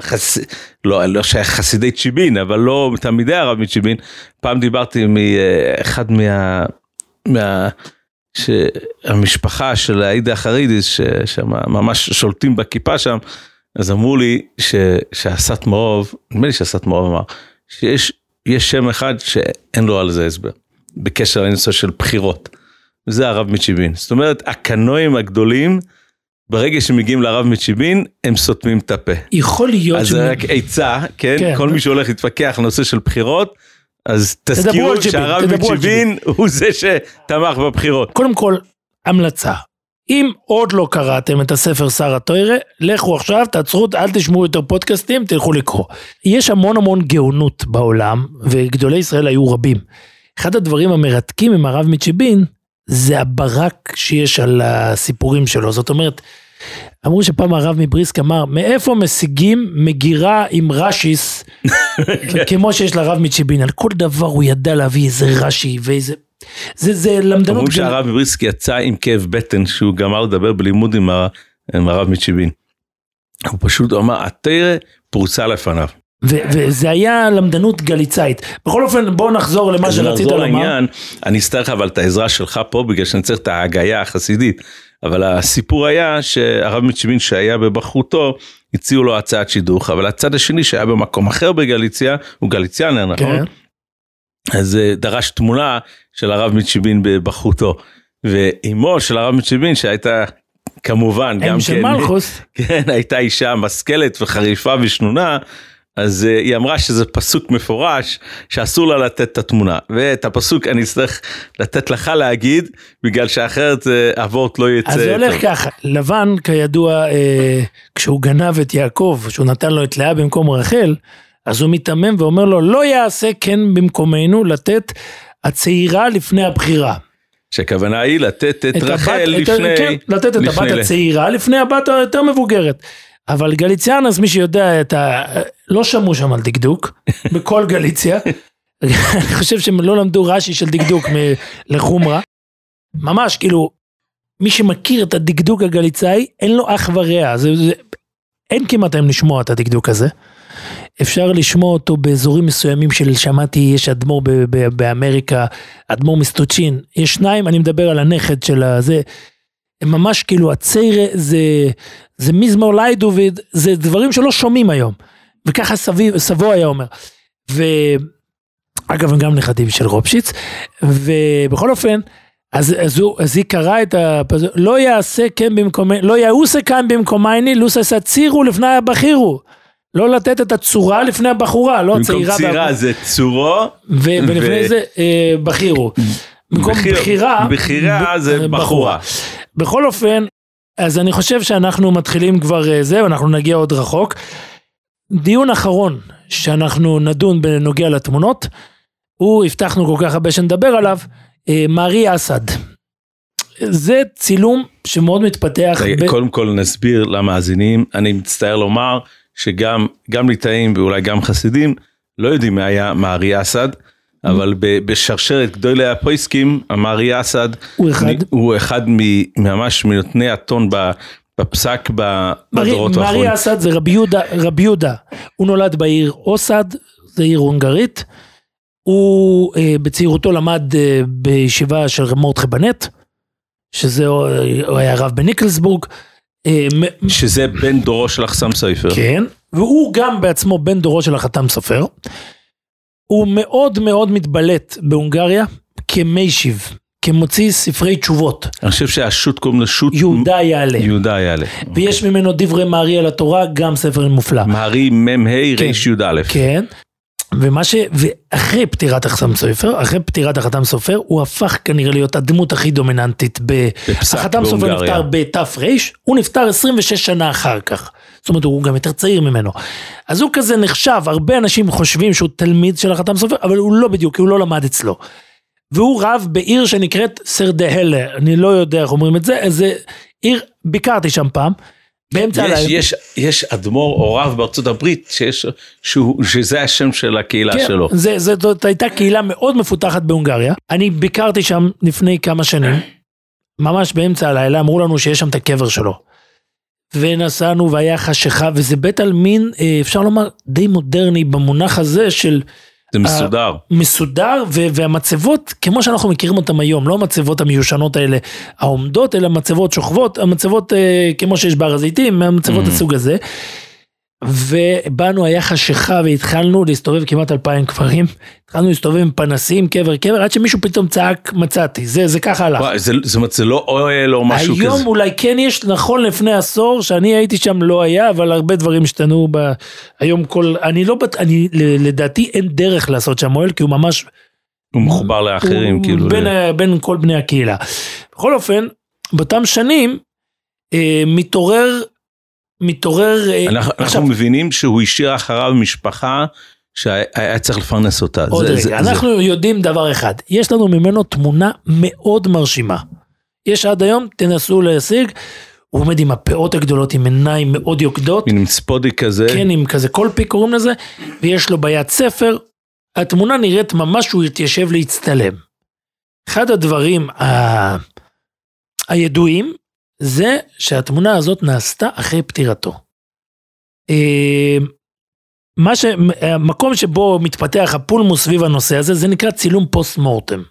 לא שייך חסידי צ'יבין, אבל לא תלמידי הרב מצ'יבין. פעם דיברתי מאחד מה... המשפחה של העידה החרדית, שממש שולטים בכיפה שם, אז אמרו לי ש, שהסטמרוב, נדמה לי שהסטמרוב אמר, שיש יש שם אחד שאין לו על זה הסבר, בקשר לנושא של בחירות, וזה הרב מצ'יבין. זאת אומרת, הקנועים הגדולים, ברגע שמגיעים לרב מצ'יבין, הם סותמים את הפה. יכול להיות... אז זה רק עצה, כן? כן? כל מי שהולך להתפקח על נושא של בחירות, אז תזכירו שהרב מצ'יבין הוא זה שתמך בבחירות. קודם כל, המלצה. אם עוד לא קראתם את הספר שר התוירה, לכו עכשיו, תעצרו, אל תשמעו יותר פודקאסטים, תלכו לקרוא. יש המון המון גאונות בעולם, וגדולי ישראל היו רבים. אחד הדברים המרתקים עם הרב מצ'יבין, זה הברק שיש על הסיפורים שלו. זאת אומרת, אמרו שפעם הרב מבריסק אמר, מאיפה משיגים מגירה עם רשיס, כמו שיש לרב מצ'יבין, על כל דבר הוא ידע להביא איזה רשי ואיזה... זה, זה למדנות... אמרו שהרב מבריסק יצא עם כאב בטן, שהוא גמר לדבר בלימוד עם, הר... עם הרב מצ'יבין. הוא פשוט אמר, התורה פרוסה לפניו. ו- וזה היה למדנות גליצאית. בכל אופן, בוא נחזור למה שרצית לומר. לעניין, אני אצטרך אבל את העזרה שלך פה, בגלל שאני צריך את ההגיה החסידית. אבל הסיפור היה שהרב מצ'יבין שהיה בבחרותו, הציעו לו הצעת שידוך, אבל הצד השני שהיה במקום אחר בגליציה, הוא גליציאנר, נכון? כן. אז דרש תמונה של הרב מצ'יבין בבחרותו, ואימו של הרב מצ'יבין שהייתה כמובן גם כן, כן, הייתה אישה משכלת וחריפה ושנונה, אז היא אמרה שזה פסוק מפורש, שאסור לה לתת את התמונה, ואת הפסוק אני אצטרך לתת לך להגיד, בגלל שאחרת אבות לא יצא. אז זה הולך ככה, לבן כידוע, כשהוא גנב את יעקב, שהוא נתן לו את לאה במקום רחל, אז הוא מתאמם ואומר לו, לא יעשה כן במקומנו לתת הצעירה לפני הבחירה. שהכוונה היא לתת את, את רחל הבת, לפני... כן, לתת את הבת הצעירה לפני הבת היותר מבוגרת. אבל גליציאן, אז מי שיודע את ה... לא שמעו שם על דקדוק, בכל גליציה. אני חושב שהם לא למדו רש"י של דקדוק מ... לחומרה. ממש, כאילו, מי שמכיר את הדקדוק הגליצאי, אין לו אח ורע. זה, זה... אין כמעט הם לשמוע את הדקדוק הזה. אפשר לשמוע אותו באזורים מסוימים של שמעתי, יש אדמו"ר ב- ב- באמריקה, אדמו"ר מסטוצ'ין, יש שניים, אני מדבר על הנכד של הזה, הם ממש כאילו הצעירה, זה, זה מזמור לי דוד, זה דברים שלא שומעים היום, וככה סבי, סבו היה אומר, ואגב הם גם נכדים של רופשיץ, ובכל אופן, אז, אז, הוא, אז היא קראה את ה... לא יעשה כן במקומי, לא יעושה כאן במקומייני, לוסס הצירו לפני הבחירו, לא לתת את הצורה לפני הבחורה, לא צעירה. במקום צעירה זה צורו. ולפני זה בחירו. במקום בחירה. בחירה זה בחורה. בכל אופן, אז אני חושב שאנחנו מתחילים כבר זה, ואנחנו נגיע עוד רחוק. דיון אחרון שאנחנו נדון בנוגע לתמונות, הוא הבטחנו כל כך הרבה שנדבר עליו, מארי אסד. זה צילום שמאוד מתפתח. קודם כל נסביר למאזינים, אני מצטער לומר, שגם גם ליטאים ואולי גם חסידים לא יודעים מה היה מארי אסד, אבל בשרשרת גדולי הפויסקים, המארי אסד הוא אחד ממש מנותני הטון בפסק בדורות האחרונים. מארי אסד זה רבי יהודה, הוא נולד בעיר אוסד, זה עיר הונגרית, הוא בצעירותו למד בישיבה של מורדכי בנט, שזה הוא היה רב בניקלסבורג, שזה בן דורו של החתם סופר. כן, והוא גם בעצמו בן דורו של החתם סופר. הוא מאוד מאוד מתבלט בהונגריה כמיישיב, כמוציא ספרי תשובות. אני חושב שהשו"ת קוראים לשו"ת יהודה יעלה. יהודה יעלה. ויש ממנו דברי מארי על התורה, גם ספר מופלא. מארי מם ה' ריש י' א'. כן. ומה ש... ואחרי פטירת החתם סופר, אחרי פטירת החתם סופר, הוא הפך כנראה להיות הדמות הכי דומיננטית בפסק. החתם סופר נפטר בתף ריש, הוא נפטר עשרים ושש שנה אחר כך. זאת אומרת, הוא גם יותר צעיר ממנו. אז הוא כזה נחשב, הרבה אנשים חושבים שהוא תלמיד של החתם סופר, אבל הוא לא בדיוק, הוא לא למד אצלו. והוא רב בעיר שנקראת סרדהלה, אני לא יודע איך אומרים את זה, איזה עיר, ביקרתי שם פעם, באמצע יש, יש, יש אדמו"ר או רב בארצות הברית, שיש, שהוא, שזה השם של הקהילה כן, שלו. זה, זה, זאת הייתה קהילה מאוד מפותחת בהונגריה, אני ביקרתי שם לפני כמה שנים, ממש באמצע הלילה, אמרו לנו שיש שם את הקבר שלו, ונסענו והיה חשיכה, וזה בית עלמין, אפשר לומר, די מודרני במונח הזה של, זה מסודר. מסודר, והמצבות, כמו שאנחנו מכירים אותם היום, לא המצבות המיושנות האלה, העומדות, אלא מצבות שוכבות, המצבות כמו שיש בהר הזיתים, המצבות הסוג הזה, ובאנו היה חשיכה, והתחלנו להסתובב כמעט אלפיים כפרים, התחלנו להסתובב עם פנסים, קבר קבר, עד שמישהו פתאום צעק, מצאתי, זה, זה ככה הלך. וואי, זה, זאת אומרת, זה לא אוהל או משהו כזה. היום אולי כן יש, נכון לפני עשור, שאני הייתי שם לא היה, אבל הרבה דברים השתנו ב... היום כל, אני לא, אני, לדעתי אין דרך לעשות שם אוהל, כי הוא ממש... הוא מחובר לאחרים, הוא, כאילו. בין, ל... בין כל בני הקהילה. בכל אופן, באותם שנים, אה, מתעורר, מתעורר... אנחנו, עכשיו, אנחנו מבינים שהוא השאיר אחריו משפחה, שהיה צריך לפרנס אותה. עוד זה, רגע, זה, אנחנו זה... יודעים דבר אחד, יש לנו ממנו תמונה מאוד מרשימה. יש עד היום, תנסו להשיג, הוא עומד עם הפאות הגדולות, עם עיניים מאוד יוקדות. עם ספודי כזה. כן, עם כזה קולפי קוראים לזה, ויש לו ביד ספר, התמונה נראית ממש שהוא יתיישב להצטלם. אחד הדברים ה... הידועים, זה שהתמונה הזאת נעשתה אחרי פטירתו. מה ש... המקום שבו מתפתח הפולמוס סביב הנושא הזה, זה נקרא צילום פוסט מורטם.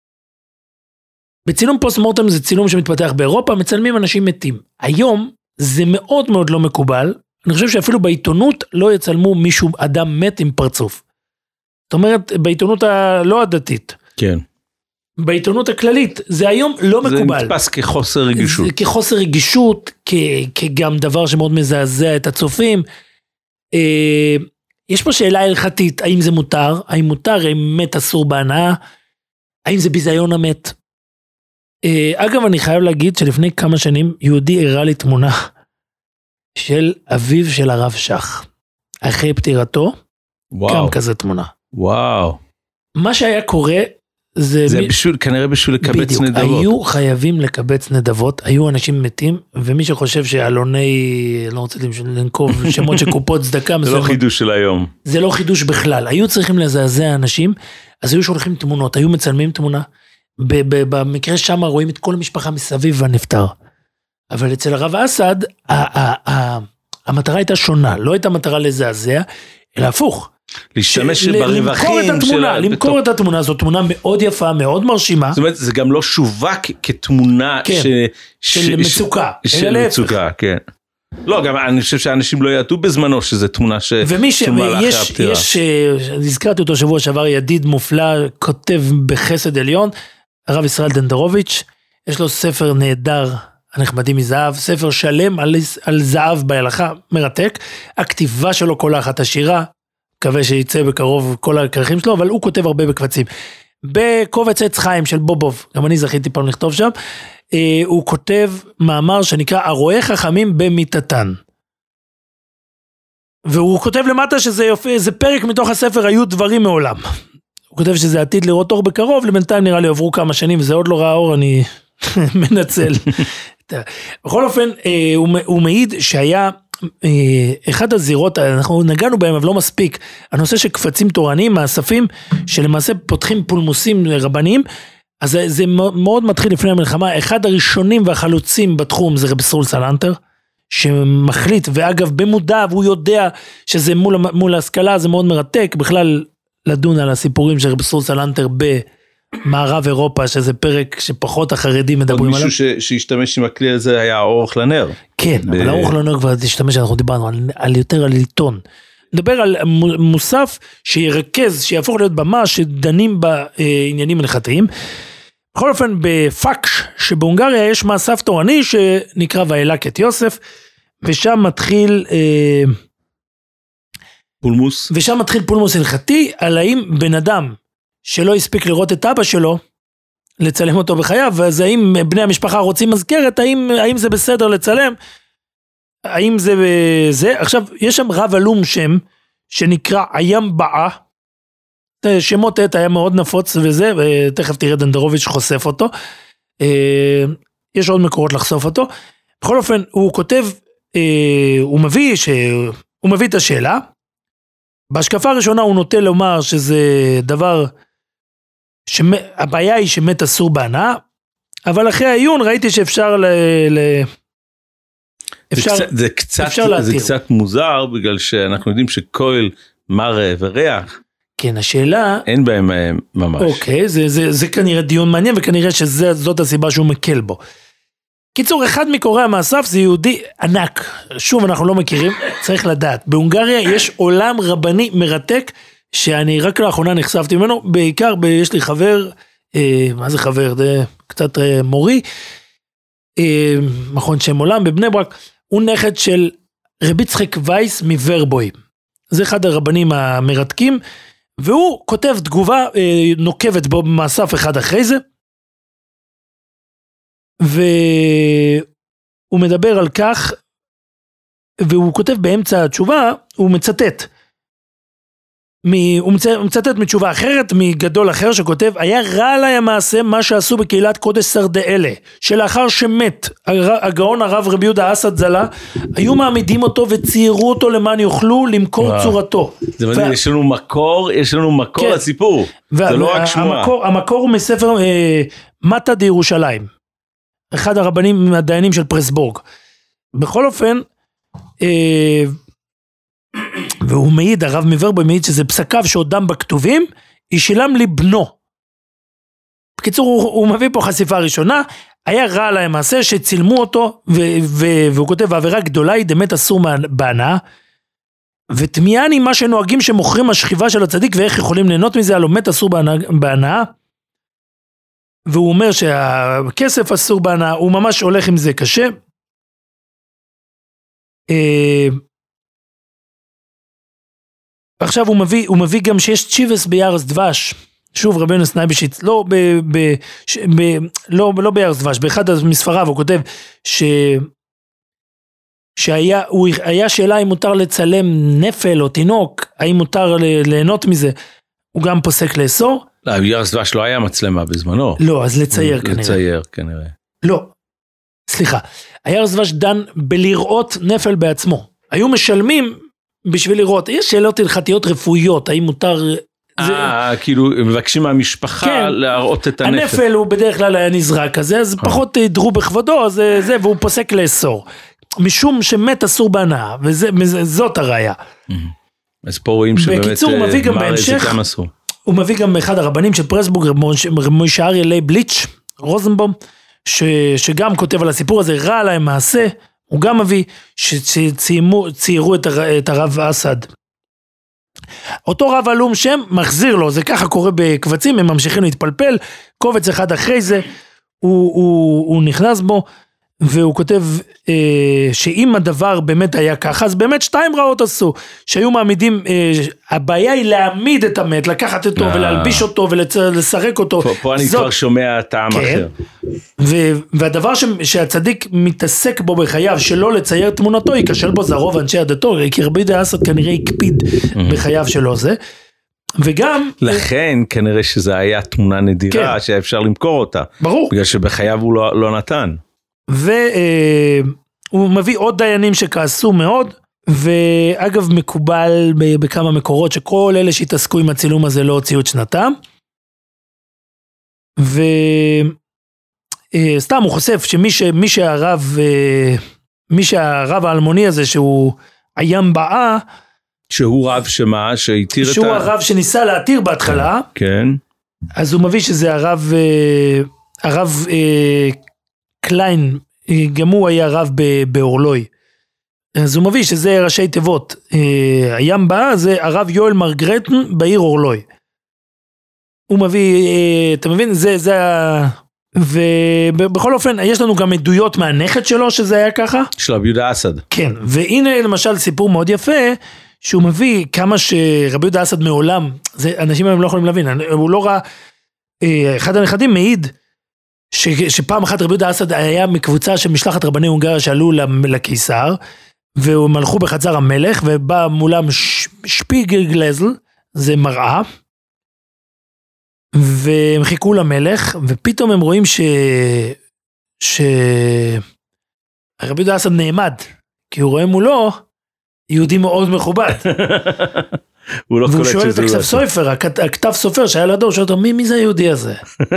בצילום פוסט מורטם זה צילום שמתפתח באירופה, מצלמים אנשים מתים. היום זה מאוד מאוד לא מקובל, אני חושב שאפילו בעיתונות לא יצלמו מישהו, אדם מת עם פרצוף. זאת אומרת, בעיתונות הלא הדתית. כן. בעיתונות הכללית, זה היום לא מקובל. זה נתפס כחוסר רגישות. זה כחוסר רגישות, כ... כגם דבר שמאוד מזעזע את הצופים. אה, יש פה שאלה הלכתית, האם זה מותר? האם מותר? האם מת אסור בהנאה? האם זה ביזיון המת? אה, אגב, אני חייב להגיד שלפני כמה שנים, יהודי הראה לי תמונה של אביו של הרב שך. אחרי פטירתו, וואו. גם כזה תמונה. וואו. מה שהיה קורה, זה, זה מי... בשביל, כנראה בשביל לקבץ בדיוק, נדבות. היו חייבים לקבץ נדבות, היו אנשים מתים, ומי שחושב שאלוני, לא רוצה לנקוב שמות של קופות צדקה, זה לא חידוש של היום. זה לא חידוש בכלל, היו צריכים לזעזע אנשים, אז היו שולחים תמונות, היו מצלמים תמונה, במקרה שם רואים את כל המשפחה מסביב והנפטר, אבל אצל הרב אסד, המטרה הייתה שונה, לא הייתה מטרה לזעזע, אלא הפוך, להשתמש ברווחים שלה, למכור את התמונה, זו תמונה מאוד יפה, מאוד מרשימה. זאת אומרת, זה גם לא שווק כתמונה של מצוקה. של מצוקה, כן. לא, גם אני חושב שאנשים לא ידעו בזמנו שזו תמונה שתמונה לאחרי הפטירה. יש, הזכרתי אותו שבוע שעבר, ידיד מופלא, כותב בחסד עליון, הרב ישראל דנדרוביץ', יש לו ספר נהדר, הנחמדים מזהב, ספר שלם על, על זהב בהלכה, מרתק, הכתיבה שלו קולחת השירה, מקווה שיצא בקרוב כל הכרכים שלו, אבל הוא כותב הרבה בקבצים. בקובץ עץ חיים של בובוב, גם אני זכיתי פעם לכתוב שם, הוא כותב מאמר שנקרא הרואה חכמים במיטתן. והוא כותב למטה שזה יופי, זה פרק מתוך הספר היו דברים מעולם. הוא כותב שזה עתיד לראות אור בקרוב, לבינתיים נראה לי עברו כמה שנים, וזה עוד לא ראה אור, אני מנצל. בכל אופן, הוא מעיד שהיה אחד הזירות, אנחנו נגענו בהם אבל לא מספיק, הנושא של קפצים תורניים, מאספים שלמעשה פותחים פולמוסים רבניים, אז זה, זה מאוד מתחיל לפני המלחמה, אחד הראשונים והחלוצים בתחום זה רב סרול סלנטר, שמחליט, ואגב במודע, והוא יודע שזה מול, מול ההשכלה, זה מאוד מרתק, בכלל לדון על הסיפורים של רב סרול סלנטר במערב אירופה, שזה פרק שפחות החרדים מדברים עליו. עוד מישהו שהשתמש עם הכלי הזה היה אורך לנר. כן, ב... אבל אורך לנר כבר תשתמש, אנחנו דיברנו על, על יותר על עיתון. נדבר על מוסף שירכז, שיהפוך להיות במה, שדנים בעניינים הלכתיים. בכל אופן, בפאקש שבהונגריה יש מאסף תורני שנקרא ואילק את יוסף, ושם מתחיל אה, פולמוס. ושם מתחיל פולמוס הלכתי, על האם בן אדם שלא הספיק לראות את אבא שלו, לצלם אותו בחייו, ואז האם בני המשפחה רוצים מזכרת, האם, האם זה בסדר לצלם, האם זה זה, עכשיו יש שם רב אלום שם, שנקרא איים באה, שמות עת היה מאוד נפוץ וזה, ותכף תראה דנדרוביץ' חושף אותו, יש עוד מקורות לחשוף אותו, בכל אופן הוא כותב, הוא מביא, הוא מביא את השאלה, בהשקפה הראשונה הוא נוטה לומר שזה דבר, הבעיה היא שמת אסור בהנאה, אבל אחרי העיון ראיתי שאפשר ל... ל... אפשר, זה, קצת, זה, קצת, אפשר זה קצת מוזר, בגלל שאנחנו יודעים שכויל, מראה וריח, כן, השאלה... אין בהם ממש. אוקיי, זה, זה, זה כנראה דיון מעניין, וכנראה שזאת הסיבה שהוא מקל בו. קיצור, אחד מקוראי המאסף זה יהודי ענק. שוב, אנחנו לא מכירים, צריך לדעת. בהונגריה יש עולם רבני מרתק, שאני רק לאחרונה נחשפתי ממנו, בעיקר ב, יש לי חבר, אה, מה זה חבר? זה קצת אה, מורי, אה, מכון שם עולם בבני ברק, הוא נכד של רבי יצחק וייס מוורבוי. זה אחד הרבנים המרתקים, והוא כותב תגובה אה, נוקבת בו במאסף אחד אחרי זה, והוא מדבר על כך, והוא כותב באמצע התשובה, הוא מצטט, הוא מצטט מתשובה אחרת, מגדול אחר שכותב, היה רע עליי המעשה מה שעשו בקהילת קודש שרדאלה, שלאחר שמת הגאון הרב רבי יהודה אסד זלה, היו מעמידים אותו וציירו אותו למען יוכלו למכור צורתו. זה מדהים, יש לנו מקור, יש לנו מקור לסיפור, זה לא רק שמועה. המקור הוא מספר מטה דירושלים, אחד הרבנים הדיינים של פרסבורג. בכל אופן, והוא מעיד, הרב מוורבוי מעיד שזה פסקיו שעודם בכתובים, ישלם לי בנו. בקיצור, הוא, הוא מביא פה חשיפה ראשונה, היה רע עליי המעשה שצילמו אותו, ו- ו- והוא כותב, העבירה גדולה היא דמת אסור בהנאה, ותמיעני מה שנוהגים שמוכרים השכיבה של הצדיק, ואיך יכולים ליהנות מזה, הלא מת אסור בהנאה, והוא אומר שהכסף אסור בהנאה, הוא ממש הולך עם זה קשה. עכשיו הוא מביא, הוא מביא גם שיש צ'יבס ביערס דבש, שוב רבנו סנייבשיץ, לא, ב, ב, ש, ב, לא, לא ביערס דבש, באחד מספריו הוא כותב ש, שהיה, הוא, היה שאלה אם מותר לצלם נפל או תינוק, האם מותר ליהנות מזה, הוא גם פוסק לאסור. לא, ביערס דבש לא היה מצלמה בזמנו. לא, אז לצייר כנראה. לצייר כנראה. לא, סליחה, היערס דבש דן בלראות נפל בעצמו, היו משלמים, בשביל לראות, יש שאלות הלכתיות רפואיות, האם מותר... אה, כאילו, מבקשים מהמשפחה להראות את הנפל. הנפל הוא בדרך כלל היה נזרק כזה, אז פחות ידרו בכבודו, אז זה, והוא פוסק לאסור. משום שמת אסור בהנאה, וזאת הראיה. אז פה רואים שבאמת... בקיצור, הוא מביא גם בהמשך, הוא מביא גם אחד הרבנים של פרסבורג, מוישה אריה לייבליץ', רוזנבום, שגם כותב על הסיפור הזה, רע עליהם מעשה, הוא גם מביא שציירו את הרב אסד. אותו רב אלום שם מחזיר לו, זה ככה קורה בקבצים, הם ממשיכים להתפלפל, קובץ אחד אחרי זה, הוא, הוא, הוא נכנס בו, והוא כותב אה, שאם הדבר באמת היה ככה, אז באמת שתיים רעות עשו, שהיו מעמידים, אה, הבעיה היא להעמיד את המת, לקחת אותו אה. ולהלביש אותו ולסרק אותו. פה, פה אני זאת, כבר שומע טעם כן. אחר. ו- והדבר ש- שהצדיק מתעסק בו בחייו, שלא לצייר תמונתו, יקשל בו זה רוב אנשי הדתו, כי רבי יהודה אסד כנראה הקפיד mm-hmm. בחייו שלו זה. וגם... לכן כנראה שזה היה תמונה נדירה, כן. שאפשר למכור אותה. ברור. בגלל שבחייו הוא לא, לא נתן. והוא מביא עוד דיינים שכעסו מאוד, ואגב מקובל בכמה מקורות שכל אלה שהתעסקו עם הצילום הזה לא הוציאו את שנתם, וסתם הוא חושף שמי ש, מי שהרב, מי שהרב האלמוני הזה שהוא הים באה, שהוא רב שמה, שהתיר את ה... שהוא הרב שניסה להתיר בהתחלה, כן. אז הוא מביא שזה הרב, הרב קליין, גם הוא היה רב באורלוי, אז הוא מביא שזה ראשי תיבות, הים בא זה הרב יואל מרגרטן בעיר אורלוי, הוא מביא, אתה מבין, זה, זה, ובכל אופן יש לנו גם עדויות מהנכד שלו שזה היה ככה, של רבי יהודה אסד, כן, והנה למשל סיפור מאוד יפה, שהוא מביא כמה שרבי יהודה אסד מעולם, זה אנשים הם לא יכולים להבין, הוא לא ראה, אחד הנכדים מעיד, ש, שפעם אחת רבי יהודה אסד היה מקבוצה של משלחת רבני הונגריה שעלו לקיסר, והם הלכו בחצר המלך, ובא מולם ש, שפיגל גלזל, זה מראה, והם חיכו למלך, ופתאום הם רואים ש... ש... רבי יהודה אסד נעמד, כי הוא רואה מולו, יהודי מאוד מכובד. הוא לא והוא שואל את הכתב סופר, הכתב סופר שהיה לידו, הוא שואל אותו, מי, מי זה היהודי הזה?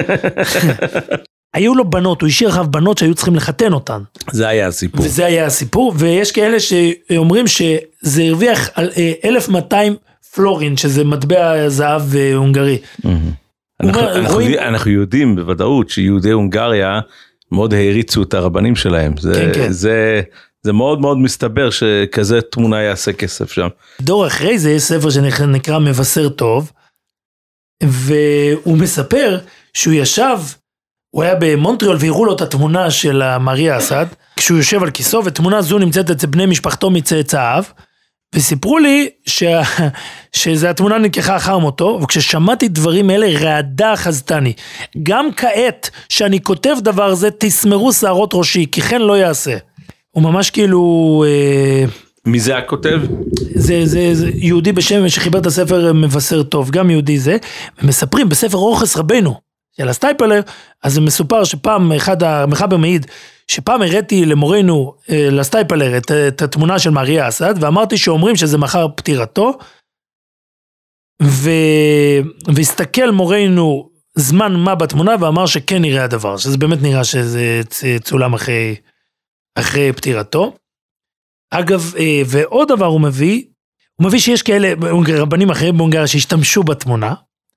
היו לו בנות, הוא השאיר אחריו בנות שהיו צריכים לחתן אותן. זה היה הסיפור. וזה היה הסיפור, ויש כאלה שאומרים שזה הרוויח אלף ומאתיים פלורין, שזה מטבע זהב הונגרי. אנחנו יודעים בוודאות שיהודי הונגריה מאוד העריצו את הרבנים שלהם. זה מאוד מאוד מסתבר שכזה תמונה יעשה כסף שם. דור אחרי זה יש ספר שנקרא מבשר טוב, והוא מספר שהוא ישב, הוא היה במונטריאול והראו לו את התמונה של מריה אסד, כשהוא יושב על כיסו, ותמונה זו נמצאת אצל בני משפחתו מצאצאיו, וסיפרו לי ש... שזה התמונה נלקחה אחר מותו, וכששמעתי דברים אלה רעדה חזתני. גם כעת שאני כותב דבר זה, תסמרו שערות ראשי, כי כן לא יעשה. הוא ממש כאילו... מי זה הכותב? זה, זה, זה יהודי בשם שחיבר את הספר מבשר טוב, גם יהודי זה, ומספרים בספר אורחס רבנו, של הסטייפלר, אז זה מסופר שפעם אחד המחבר מעיד, שפעם הראיתי למורנו לסטייפלר את, את התמונה של מריה אסד, ואמרתי שאומרים שזה מחר פטירתו, ו... והסתכל מורנו זמן מה בתמונה, ואמר שכן נראה הדבר, שזה באמת נראה שזה צולם אחרי, אחרי פטירתו. אגב, ועוד דבר הוא מביא, הוא מביא שיש כאלה רבנים אחרים בהונגריה שהשתמשו בתמונה,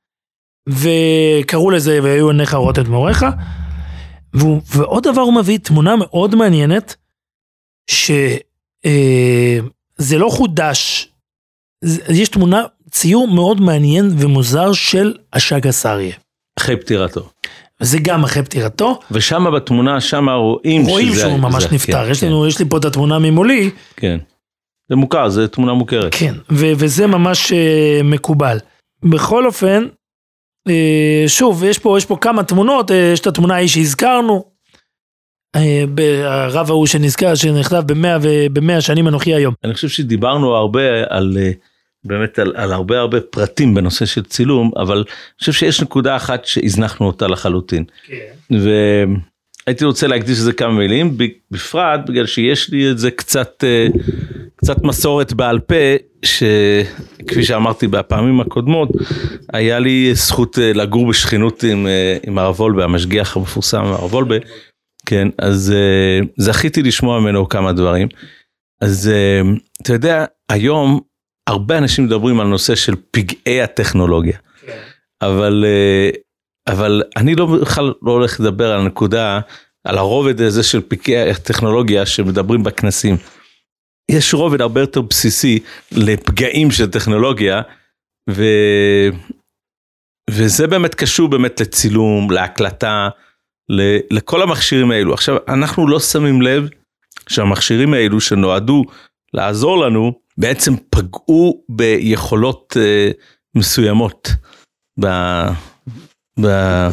וקראו לזה, והיו עיניך רואות את מוריך, ועוד דבר הוא מביא, תמונה מאוד מעניינת, שזה לא חודש, יש תמונה, ציור מאוד מעניין ומוזר של השגה סריה. אחרי פטירתו. וזה גם אחרי פטירתו. ושם בתמונה, שם רואים, רואים שזה... שהוא ממש זה, נפטר. כן, יש, לנו, כן. יש לי פה את התמונה ממולי. כן. זה מוכר, זה תמונה מוכרת. כן, ו- וזה ממש uh, מקובל. בכל אופן, uh, שוב, יש פה, יש פה כמה תמונות, uh, יש את התמונה ההיא שהזכרנו, uh, הרב ההוא שנזכר, שנכתב במאה, במאה שנים אנוכי היום. אני חושב שדיברנו הרבה על... Uh, באמת על, על הרבה הרבה פרטים בנושא של צילום, אבל אני חושב שיש נקודה אחת שהזנחנו אותה לחלוטין. כן. והייתי רוצה להקדיש לזה כמה מילים, בפרט בגלל שיש לי את זה קצת, קצת מסורת בעל פה, שכפי שאמרתי בפעמים הקודמות, היה לי זכות לגור בשכנות עם, עם הרב וולבה, המשגיח המפורסם הרב וולבה, כן, אז זכיתי לשמוע ממנו כמה דברים. אז אתה יודע, היום, הרבה אנשים מדברים על נושא של פגעי הטכנולוגיה, אבל, אבל אני לא, בכלל לא הולך לדבר על הנקודה, על הרובד הזה של פגעי הטכנולוגיה שמדברים בכנסים. יש רובד הרבה יותר בסיסי לפגעים של טכנולוגיה, ו, וזה באמת קשור באמת לצילום, להקלטה, לכל המכשירים האלו. עכשיו, אנחנו לא שמים לב שהמכשירים האלו שנועדו לעזור לנו, בעצם פגעו ביכולות uh, מסוימות ב, ב,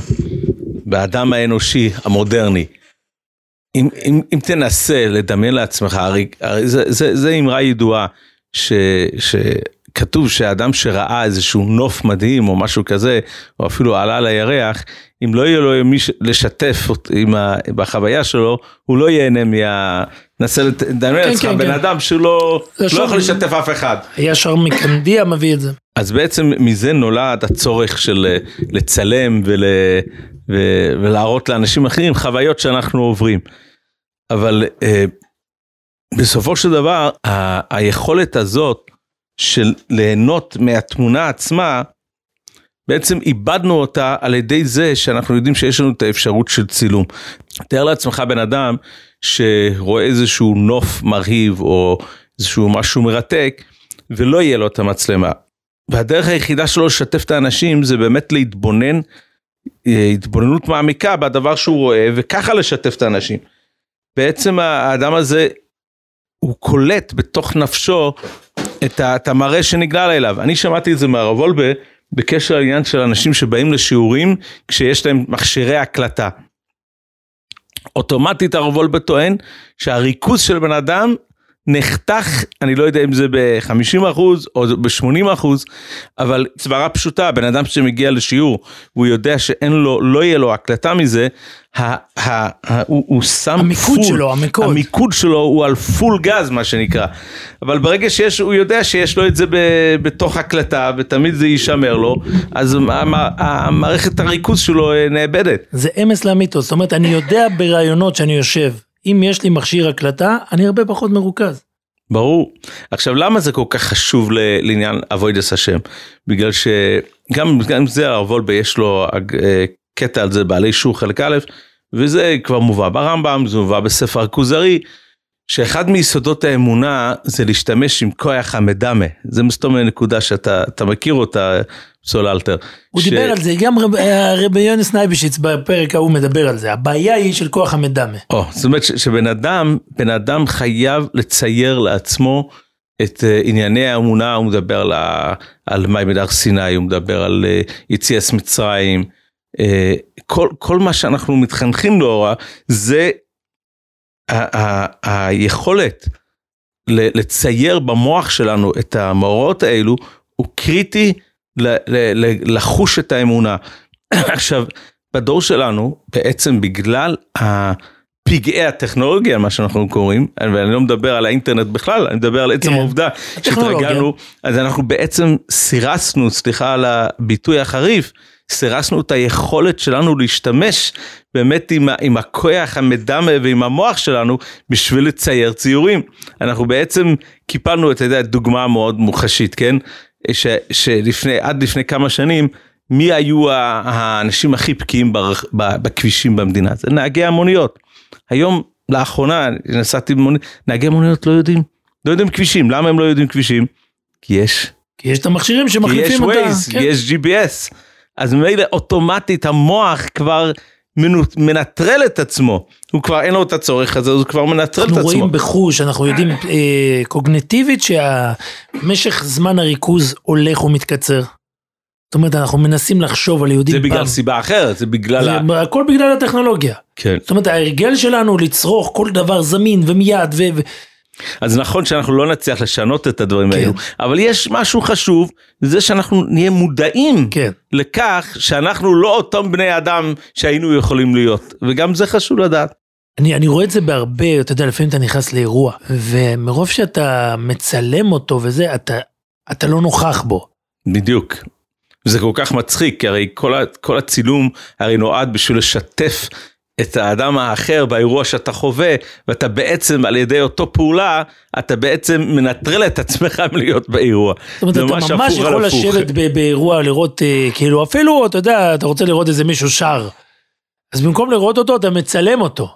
באדם האנושי המודרני. אם, אם, אם תנסה לדמיין לעצמך, הרי, הרי זה, זה, זה אמרה ידועה, ש, שכתוב שהאדם שראה איזשהו נוף מדהים או משהו כזה, או אפילו עלה לירח, אם לא יהיה לו מי לשתף עם ה, בחוויה שלו, הוא לא ייהנה מה... נסה לדמיין לעצמך, בן אדם שלא לא יכול לשתף אף אחד. ישר מקנדיה מביא את זה. אז בעצם מזה נולד הצורך של לצלם ול, ו, ולהראות לאנשים אחרים חוויות שאנחנו עוברים. אבל אה, בסופו של דבר, ה, היכולת הזאת של ליהנות מהתמונה עצמה, בעצם איבדנו אותה על ידי זה שאנחנו יודעים שיש לנו את האפשרות של צילום. תאר לעצמך בן אדם שרואה איזשהו נוף מרהיב או איזשהו משהו מרתק, ולא יהיה לו את המצלמה. והדרך היחידה שלו לשתף את האנשים זה באמת להתבונן, התבוננות מעמיקה בדבר שהוא רואה, וככה לשתף את האנשים. בעצם האדם הזה, הוא קולט בתוך נפשו את המראה שנגלל אליו. אני שמעתי את זה מהרב וולבה, בקשר לעניין של אנשים שבאים לשיעורים, כשיש להם מכשירי הקלטה. אוטומטית הרב וולבה טוען, שהריכוז של בן אדם, נחתך, אני לא יודע אם זה ב-חמישים אחוז או ב-שמונים אחוז, אבל סברה פשוטה, בן אדם שמגיע לשיעור, הוא יודע שאין לו, לא יהיה לו הקלטה מזה, ה, ה, ה, הוא, הוא שם המיקוד פול, שלו, המיקוד. המיקוד שלו הוא על פול גז, מה שנקרא, אבל ברגע שיש, הוא יודע שיש לו את זה ב, בתוך הקלטה, ותמיד זה יישמר לו, אז המערכת הריכוז שלו נאבדת. זה אמס לאמיתוס, זאת אומרת, אני יודע ברעיונות שאני יושב, אם יש לי מכשיר הקלטה, אני הרבה פחות מרוכז. ברור. עכשיו, למה זה כל כך חשוב לעניין אבוידס השם? בגלל שגם גם זה, הרב וולבה יש לו קטע על זה בעלי שור חלק א', וזה כבר מובא ברמב"ם, זה מובא בספר הכוזרי, שאחד מיסודות האמונה זה להשתמש עם כוח המדמה. זה מסתום לנקודה שאתה מכיר אותה, סול אלתר. הוא ש... דיבר על זה, גם רב, רבי יונס נייבשיץ בפרק ההוא מדבר על זה, הבעיה היא של כוח המדמה. או, זאת אומרת ש, שבן אדם, בן אדם חייב לצייר לעצמו את uh, ענייני האמונה, הוא מדבר על, על מי מדר סיני, הוא מדבר על uh, יציאת מצרים, uh, כל, כל מה שאנחנו מתחנכים לאורה, זה ה- ה- ה- היכולת לצייר במוח שלנו את המאורעות האלו, הוא קריטי לחוש את האמונה. עכשיו, בדור שלנו, בעצם בגלל פגעי הטכנולוגיה, מה שאנחנו קוראים, ואני לא מדבר על האינטרנט בכלל, אני מדבר על עצם העובדה שתרגלנו, אז אנחנו בעצם סירסנו, סליחה על הביטוי החריף, סירסנו את היכולת שלנו להשתמש באמת עם, עם הכוח המדמה ועם המוח שלנו בשביל לצייר ציורים. אנחנו בעצם קיפלנו את הדוגמה מאוד מוחשית, כן? ש, שלפני, עד לפני כמה שנים, מי היו האנשים הכי בקיאים בכבישים במדינה? זה נהגי המוניות. היום, לאחרונה, נסעתי במוניות, נהגי המוניות לא יודעים, לא יודעים כבישים. למה הם לא יודעים כבישים? כי יש... כי יש את המכשירים שמחליפים אותה. כי יש ווייז, כן. יש ג'י פי אס. אז מילא אוטומטית המוח כבר מנטרל את עצמו. הוא כבר אין לו את הצורך הזה, הוא כבר מנטרל את עצמו. אנחנו רואים בחוש, אנחנו יודעים אה, קוגניטיבית שהמשך זמן הריכוז הולך ומתקצר. זאת אומרת, אנחנו מנסים לחשוב על יהודים. זה בגלל פעם. סיבה אחרת, זה בגלל... זה, ה... הכל בגלל הטכנולוגיה. כן. זאת אומרת, ההרגל שלנו לצרוך כל דבר זמין ומיד ו... אז נכון שאנחנו לא נצליח לשנות את הדברים כן. האלו, אבל יש משהו חשוב, זה שאנחנו נהיה מודעים כן. לכך שאנחנו לא אותם בני אדם שהיינו יכולים להיות, וגם זה חשוב לדעת. אני, אני רואה את זה בהרבה, אתה יודע, לפעמים אתה נכנס לאירוע, ומרוב שאתה מצלם אותו וזה, אתה, אתה לא נוכח בו. בדיוק. וזה כל כך מצחיק, כי הרי כל, כל הצילום הרי נועד בשביל לשתף את האדם האחר באירוע שאתה חווה, ואתה בעצם על ידי אותו פעולה, אתה בעצם מנטרל את עצמך מלהיות באירוע. זאת אומרת, אתה ממש יכול לשבת באירוע, לראות, כאילו, אפילו, אתה יודע, אתה רוצה לראות איזה מישהו שר, אז במקום לראות אותו, אתה מצלם אותו.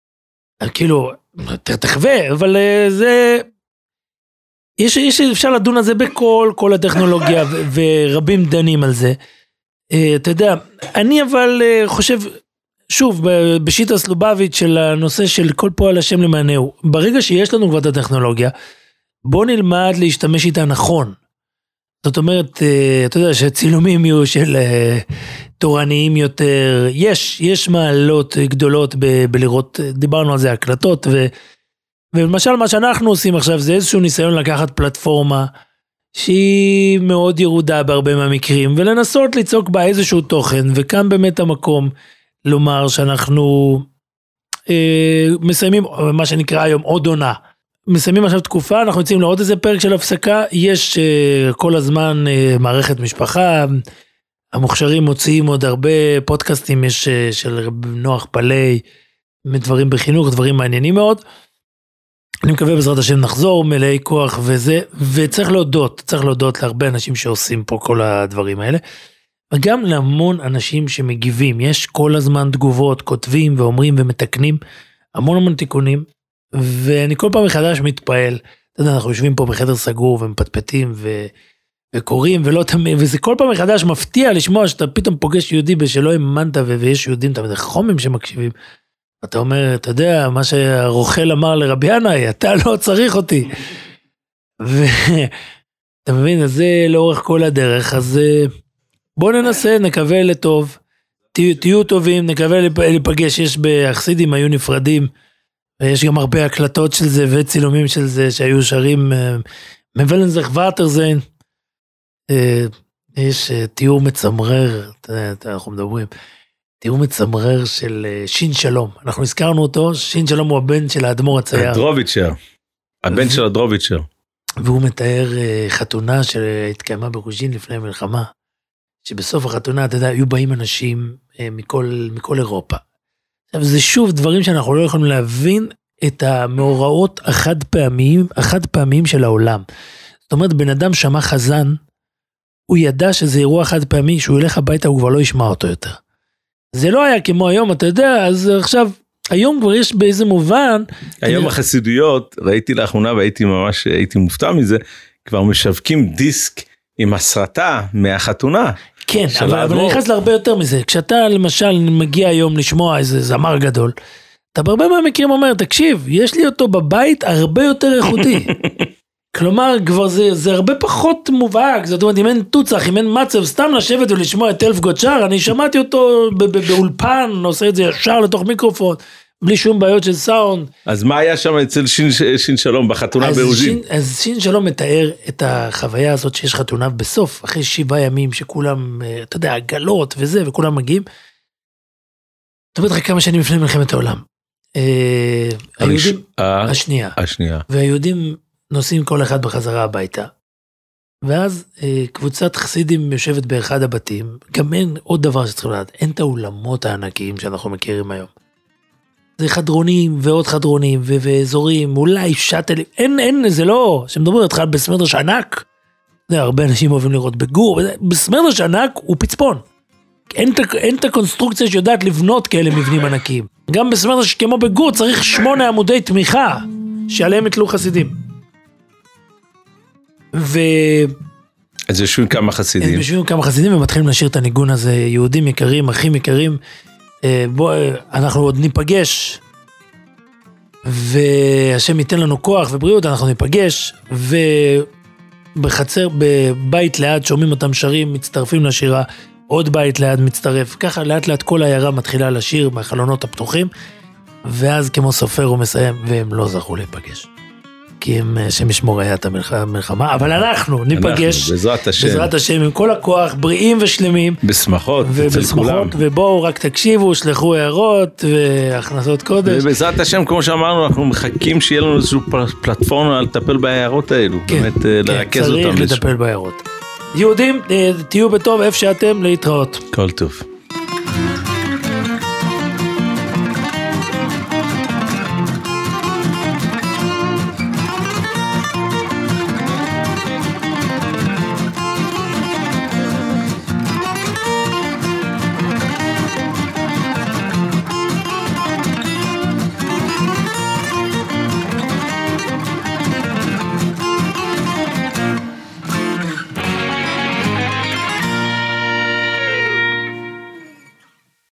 כאילו, תחווה, אבל זה... יש, יש, אפשר לדון על זה בכל, כל הטכנולוגיה, ו, ורבים דנים על זה. אתה יודע, אני אבל חושב... שוב, בשיטה סלובביץ' של הנושא של כל פועל השם למענהו, ברגע שיש לנו כבר את הטכנולוגיה, בוא נלמד להשתמש איתה נכון. זאת אומרת, אתה יודע שצילומים יהיו של תורניים יותר, יש, יש מעלות גדולות ב- בלראות, דיברנו על זה, הקלטות, ו, ולמשל מה שאנחנו עושים עכשיו, זה איזשהו ניסיון לקחת פלטפורמה, שהיא מאוד ירודה בהרבה מהמקרים, ולנסות ליצוק בה איזשהו תוכן, וכאן באמת המקום, לומר שאנחנו אה, מסיימים, מה שנקרא היום, עוד עונה. מסיימים עכשיו תקופה, אנחנו יוצאים לעוד איזה פרק של הפסקה, יש אה, כל הזמן אה, מערכת משפחה, המוכשרים מוציאים עוד הרבה פודקאסטים, יש אה, של נוח פלי, מדברים בחינוך, דברים מעניינים מאוד. אני מקווה בעזרת השם נחזור, מלאי כוח וזה, וצריך להודות, צריך להודות להרבה אנשים שעושים פה כל הדברים האלה. וגם להמון אנשים שמגיבים, יש כל הזמן תגובות, כותבים ואומרים ומתקנים, המון המון תיקונים, ואני כל פעם מחדש מתפעל, אתה יודע, אנחנו יושבים פה בחדר סגור ומפטפטים ו... וקוראים, ולא תמיד, וזה כל פעם מחדש מפתיע לשמוע שאתה פתאום פוגש יהודי בשלא האמנת, ו... ויש יהודים, אתה יודע, חומים שמקשיבים, אתה אומר, אתה יודע, מה שהרוכל אמר לרבי ינאי, אתה לא צריך אותי, ואתה מבין, אז זה לאורך כל הדרך, אז... בואו ננסה, נקווה לטוב, תהיו, תהיו טובים, נקווה להיפגש, יש באחסידים היו נפרדים, ויש גם הרבה הקלטות של זה וצילומים של זה שהיו שרים, מבלנזך ואטרזיין, יש תיאור מצמרר, אנחנו מדברים, תיאור מצמרר של שין שלום, אנחנו הזכרנו אותו, שין שלום הוא הבן של האדמו"ר הצייר. הדרוביצ'ר, הבן של הדרוביצ'ר. והוא מתאר חתונה שהתקיימה ברוז'ין לפני המלחמה, שבסוף החתונה, אתה יודע, היו באים אנשים מכל, מכל אירופה. עכשיו, זה שוב דברים שאנחנו לא יכולים להבין את המאורעות החד פעמיים, החד פעמיים של העולם. זאת אומרת, בן אדם שמע חזן, הוא ידע שזה אירוע חד פעמי, שהוא ילך הביתה, הוא כבר לא ישמע אותו יותר. זה לא היה כמו היום, אתה יודע, אז עכשיו, היום כבר יש באיזה מובן... היום אני... החסידויות, ראיתי לאחרונה, והייתי ממש, הייתי מופתע מזה, כבר משווקים דיסק עם הסרטה מהחתונה. כן, אבל, אבל אני נכנס להרבה יותר מזה. כשאתה למשל מגיע היום לשמוע איזה זמר גדול, אתה בהרבה מהמקרים אומר, תקשיב, יש לי אותו בבית הרבה יותר איכותי. כלומר, כבר זה, זה הרבה פחות מובהק, זאת אומרת, אם אין תוצח, אם אין מצב, סתם לשבת ולשמוע את אלף גודשר, אני שמעתי אותו באולפן, עושה את זה ישר לתוך מיקרופון, בלי שום בעיות של סאונד. אז מה היה שם אצל שין, שין שלום בחתונה באוז'ין? אז שין שלום מתאר את החוויה הזאת שיש חתונה בסוף, אחרי שבעה ימים שכולם, אתה יודע, עגלות וזה, וכולם מגיעים. אתה אומר לך כמה שנים לפני מלחמת העולם. היהודים, השנייה. השנייה. והיהודים נוסעים כל אחד בחזרה הביתה. ואז קבוצת חסידים יושבת באחד הבתים, גם אין עוד דבר שצריכים לדעת, אין את האולמות הענקיים שאנחנו מכירים היום. זה חדרונים ועוד חדרונים ואזורים, אולי שטלים, אין, אין, זה לא, שמדברים איתך בסמרדרש ענק, זה הרבה אנשים אוהבים לראות בגור, בסמרדרש ענק הוא פצפון, אין, אין את הקונסטרוקציה שיודעת לבנות כאלה מבנים ענקיים, גם בסמרדרש כמו בגור צריך שמונה עמודי תמיכה, שעליהם יתלו חסידים. ו... אז יושבים כמה חסידים. אז יושבים כמה חסידים ומתחילים לשיר את הניגון הזה, יהודים יקרים, אחים יקרים, בוא, אנחנו עוד ניפגש, והשם ייתן לנו כוח ובריאות, אנחנו ניפגש, ובחצר, בבית ליד שומעים אותם שרים, מצטרפים לשירה, עוד בית ליד מצטרף, ככה לאט לאט כל העיירה מתחילה לשיר מהחלונות הפתוחים, ואז כמו סופר הוא מסיים, והם לא זכו להיפגש. כי הם שם ישמור היה את המלחמה, אבל אנחנו ניפגש, בעזרת השם, בעזרת השם, עם כל הכוח, בריאים ושלמים, בשמחות, אצל כולם, ובואו רק תקשיבו, שלחו הערות, והכנסות קודש, ובעזרת השם, כמו שאמרנו, אנחנו מחכים שיהיה לנו איזושהי פלטפורמה, לטפל בהערות האלו, באמת לרכז אותם. צריך לטפל בהערות. יהודים, תהיו בטוב, איפה שאתם, להתראות. כל טוב.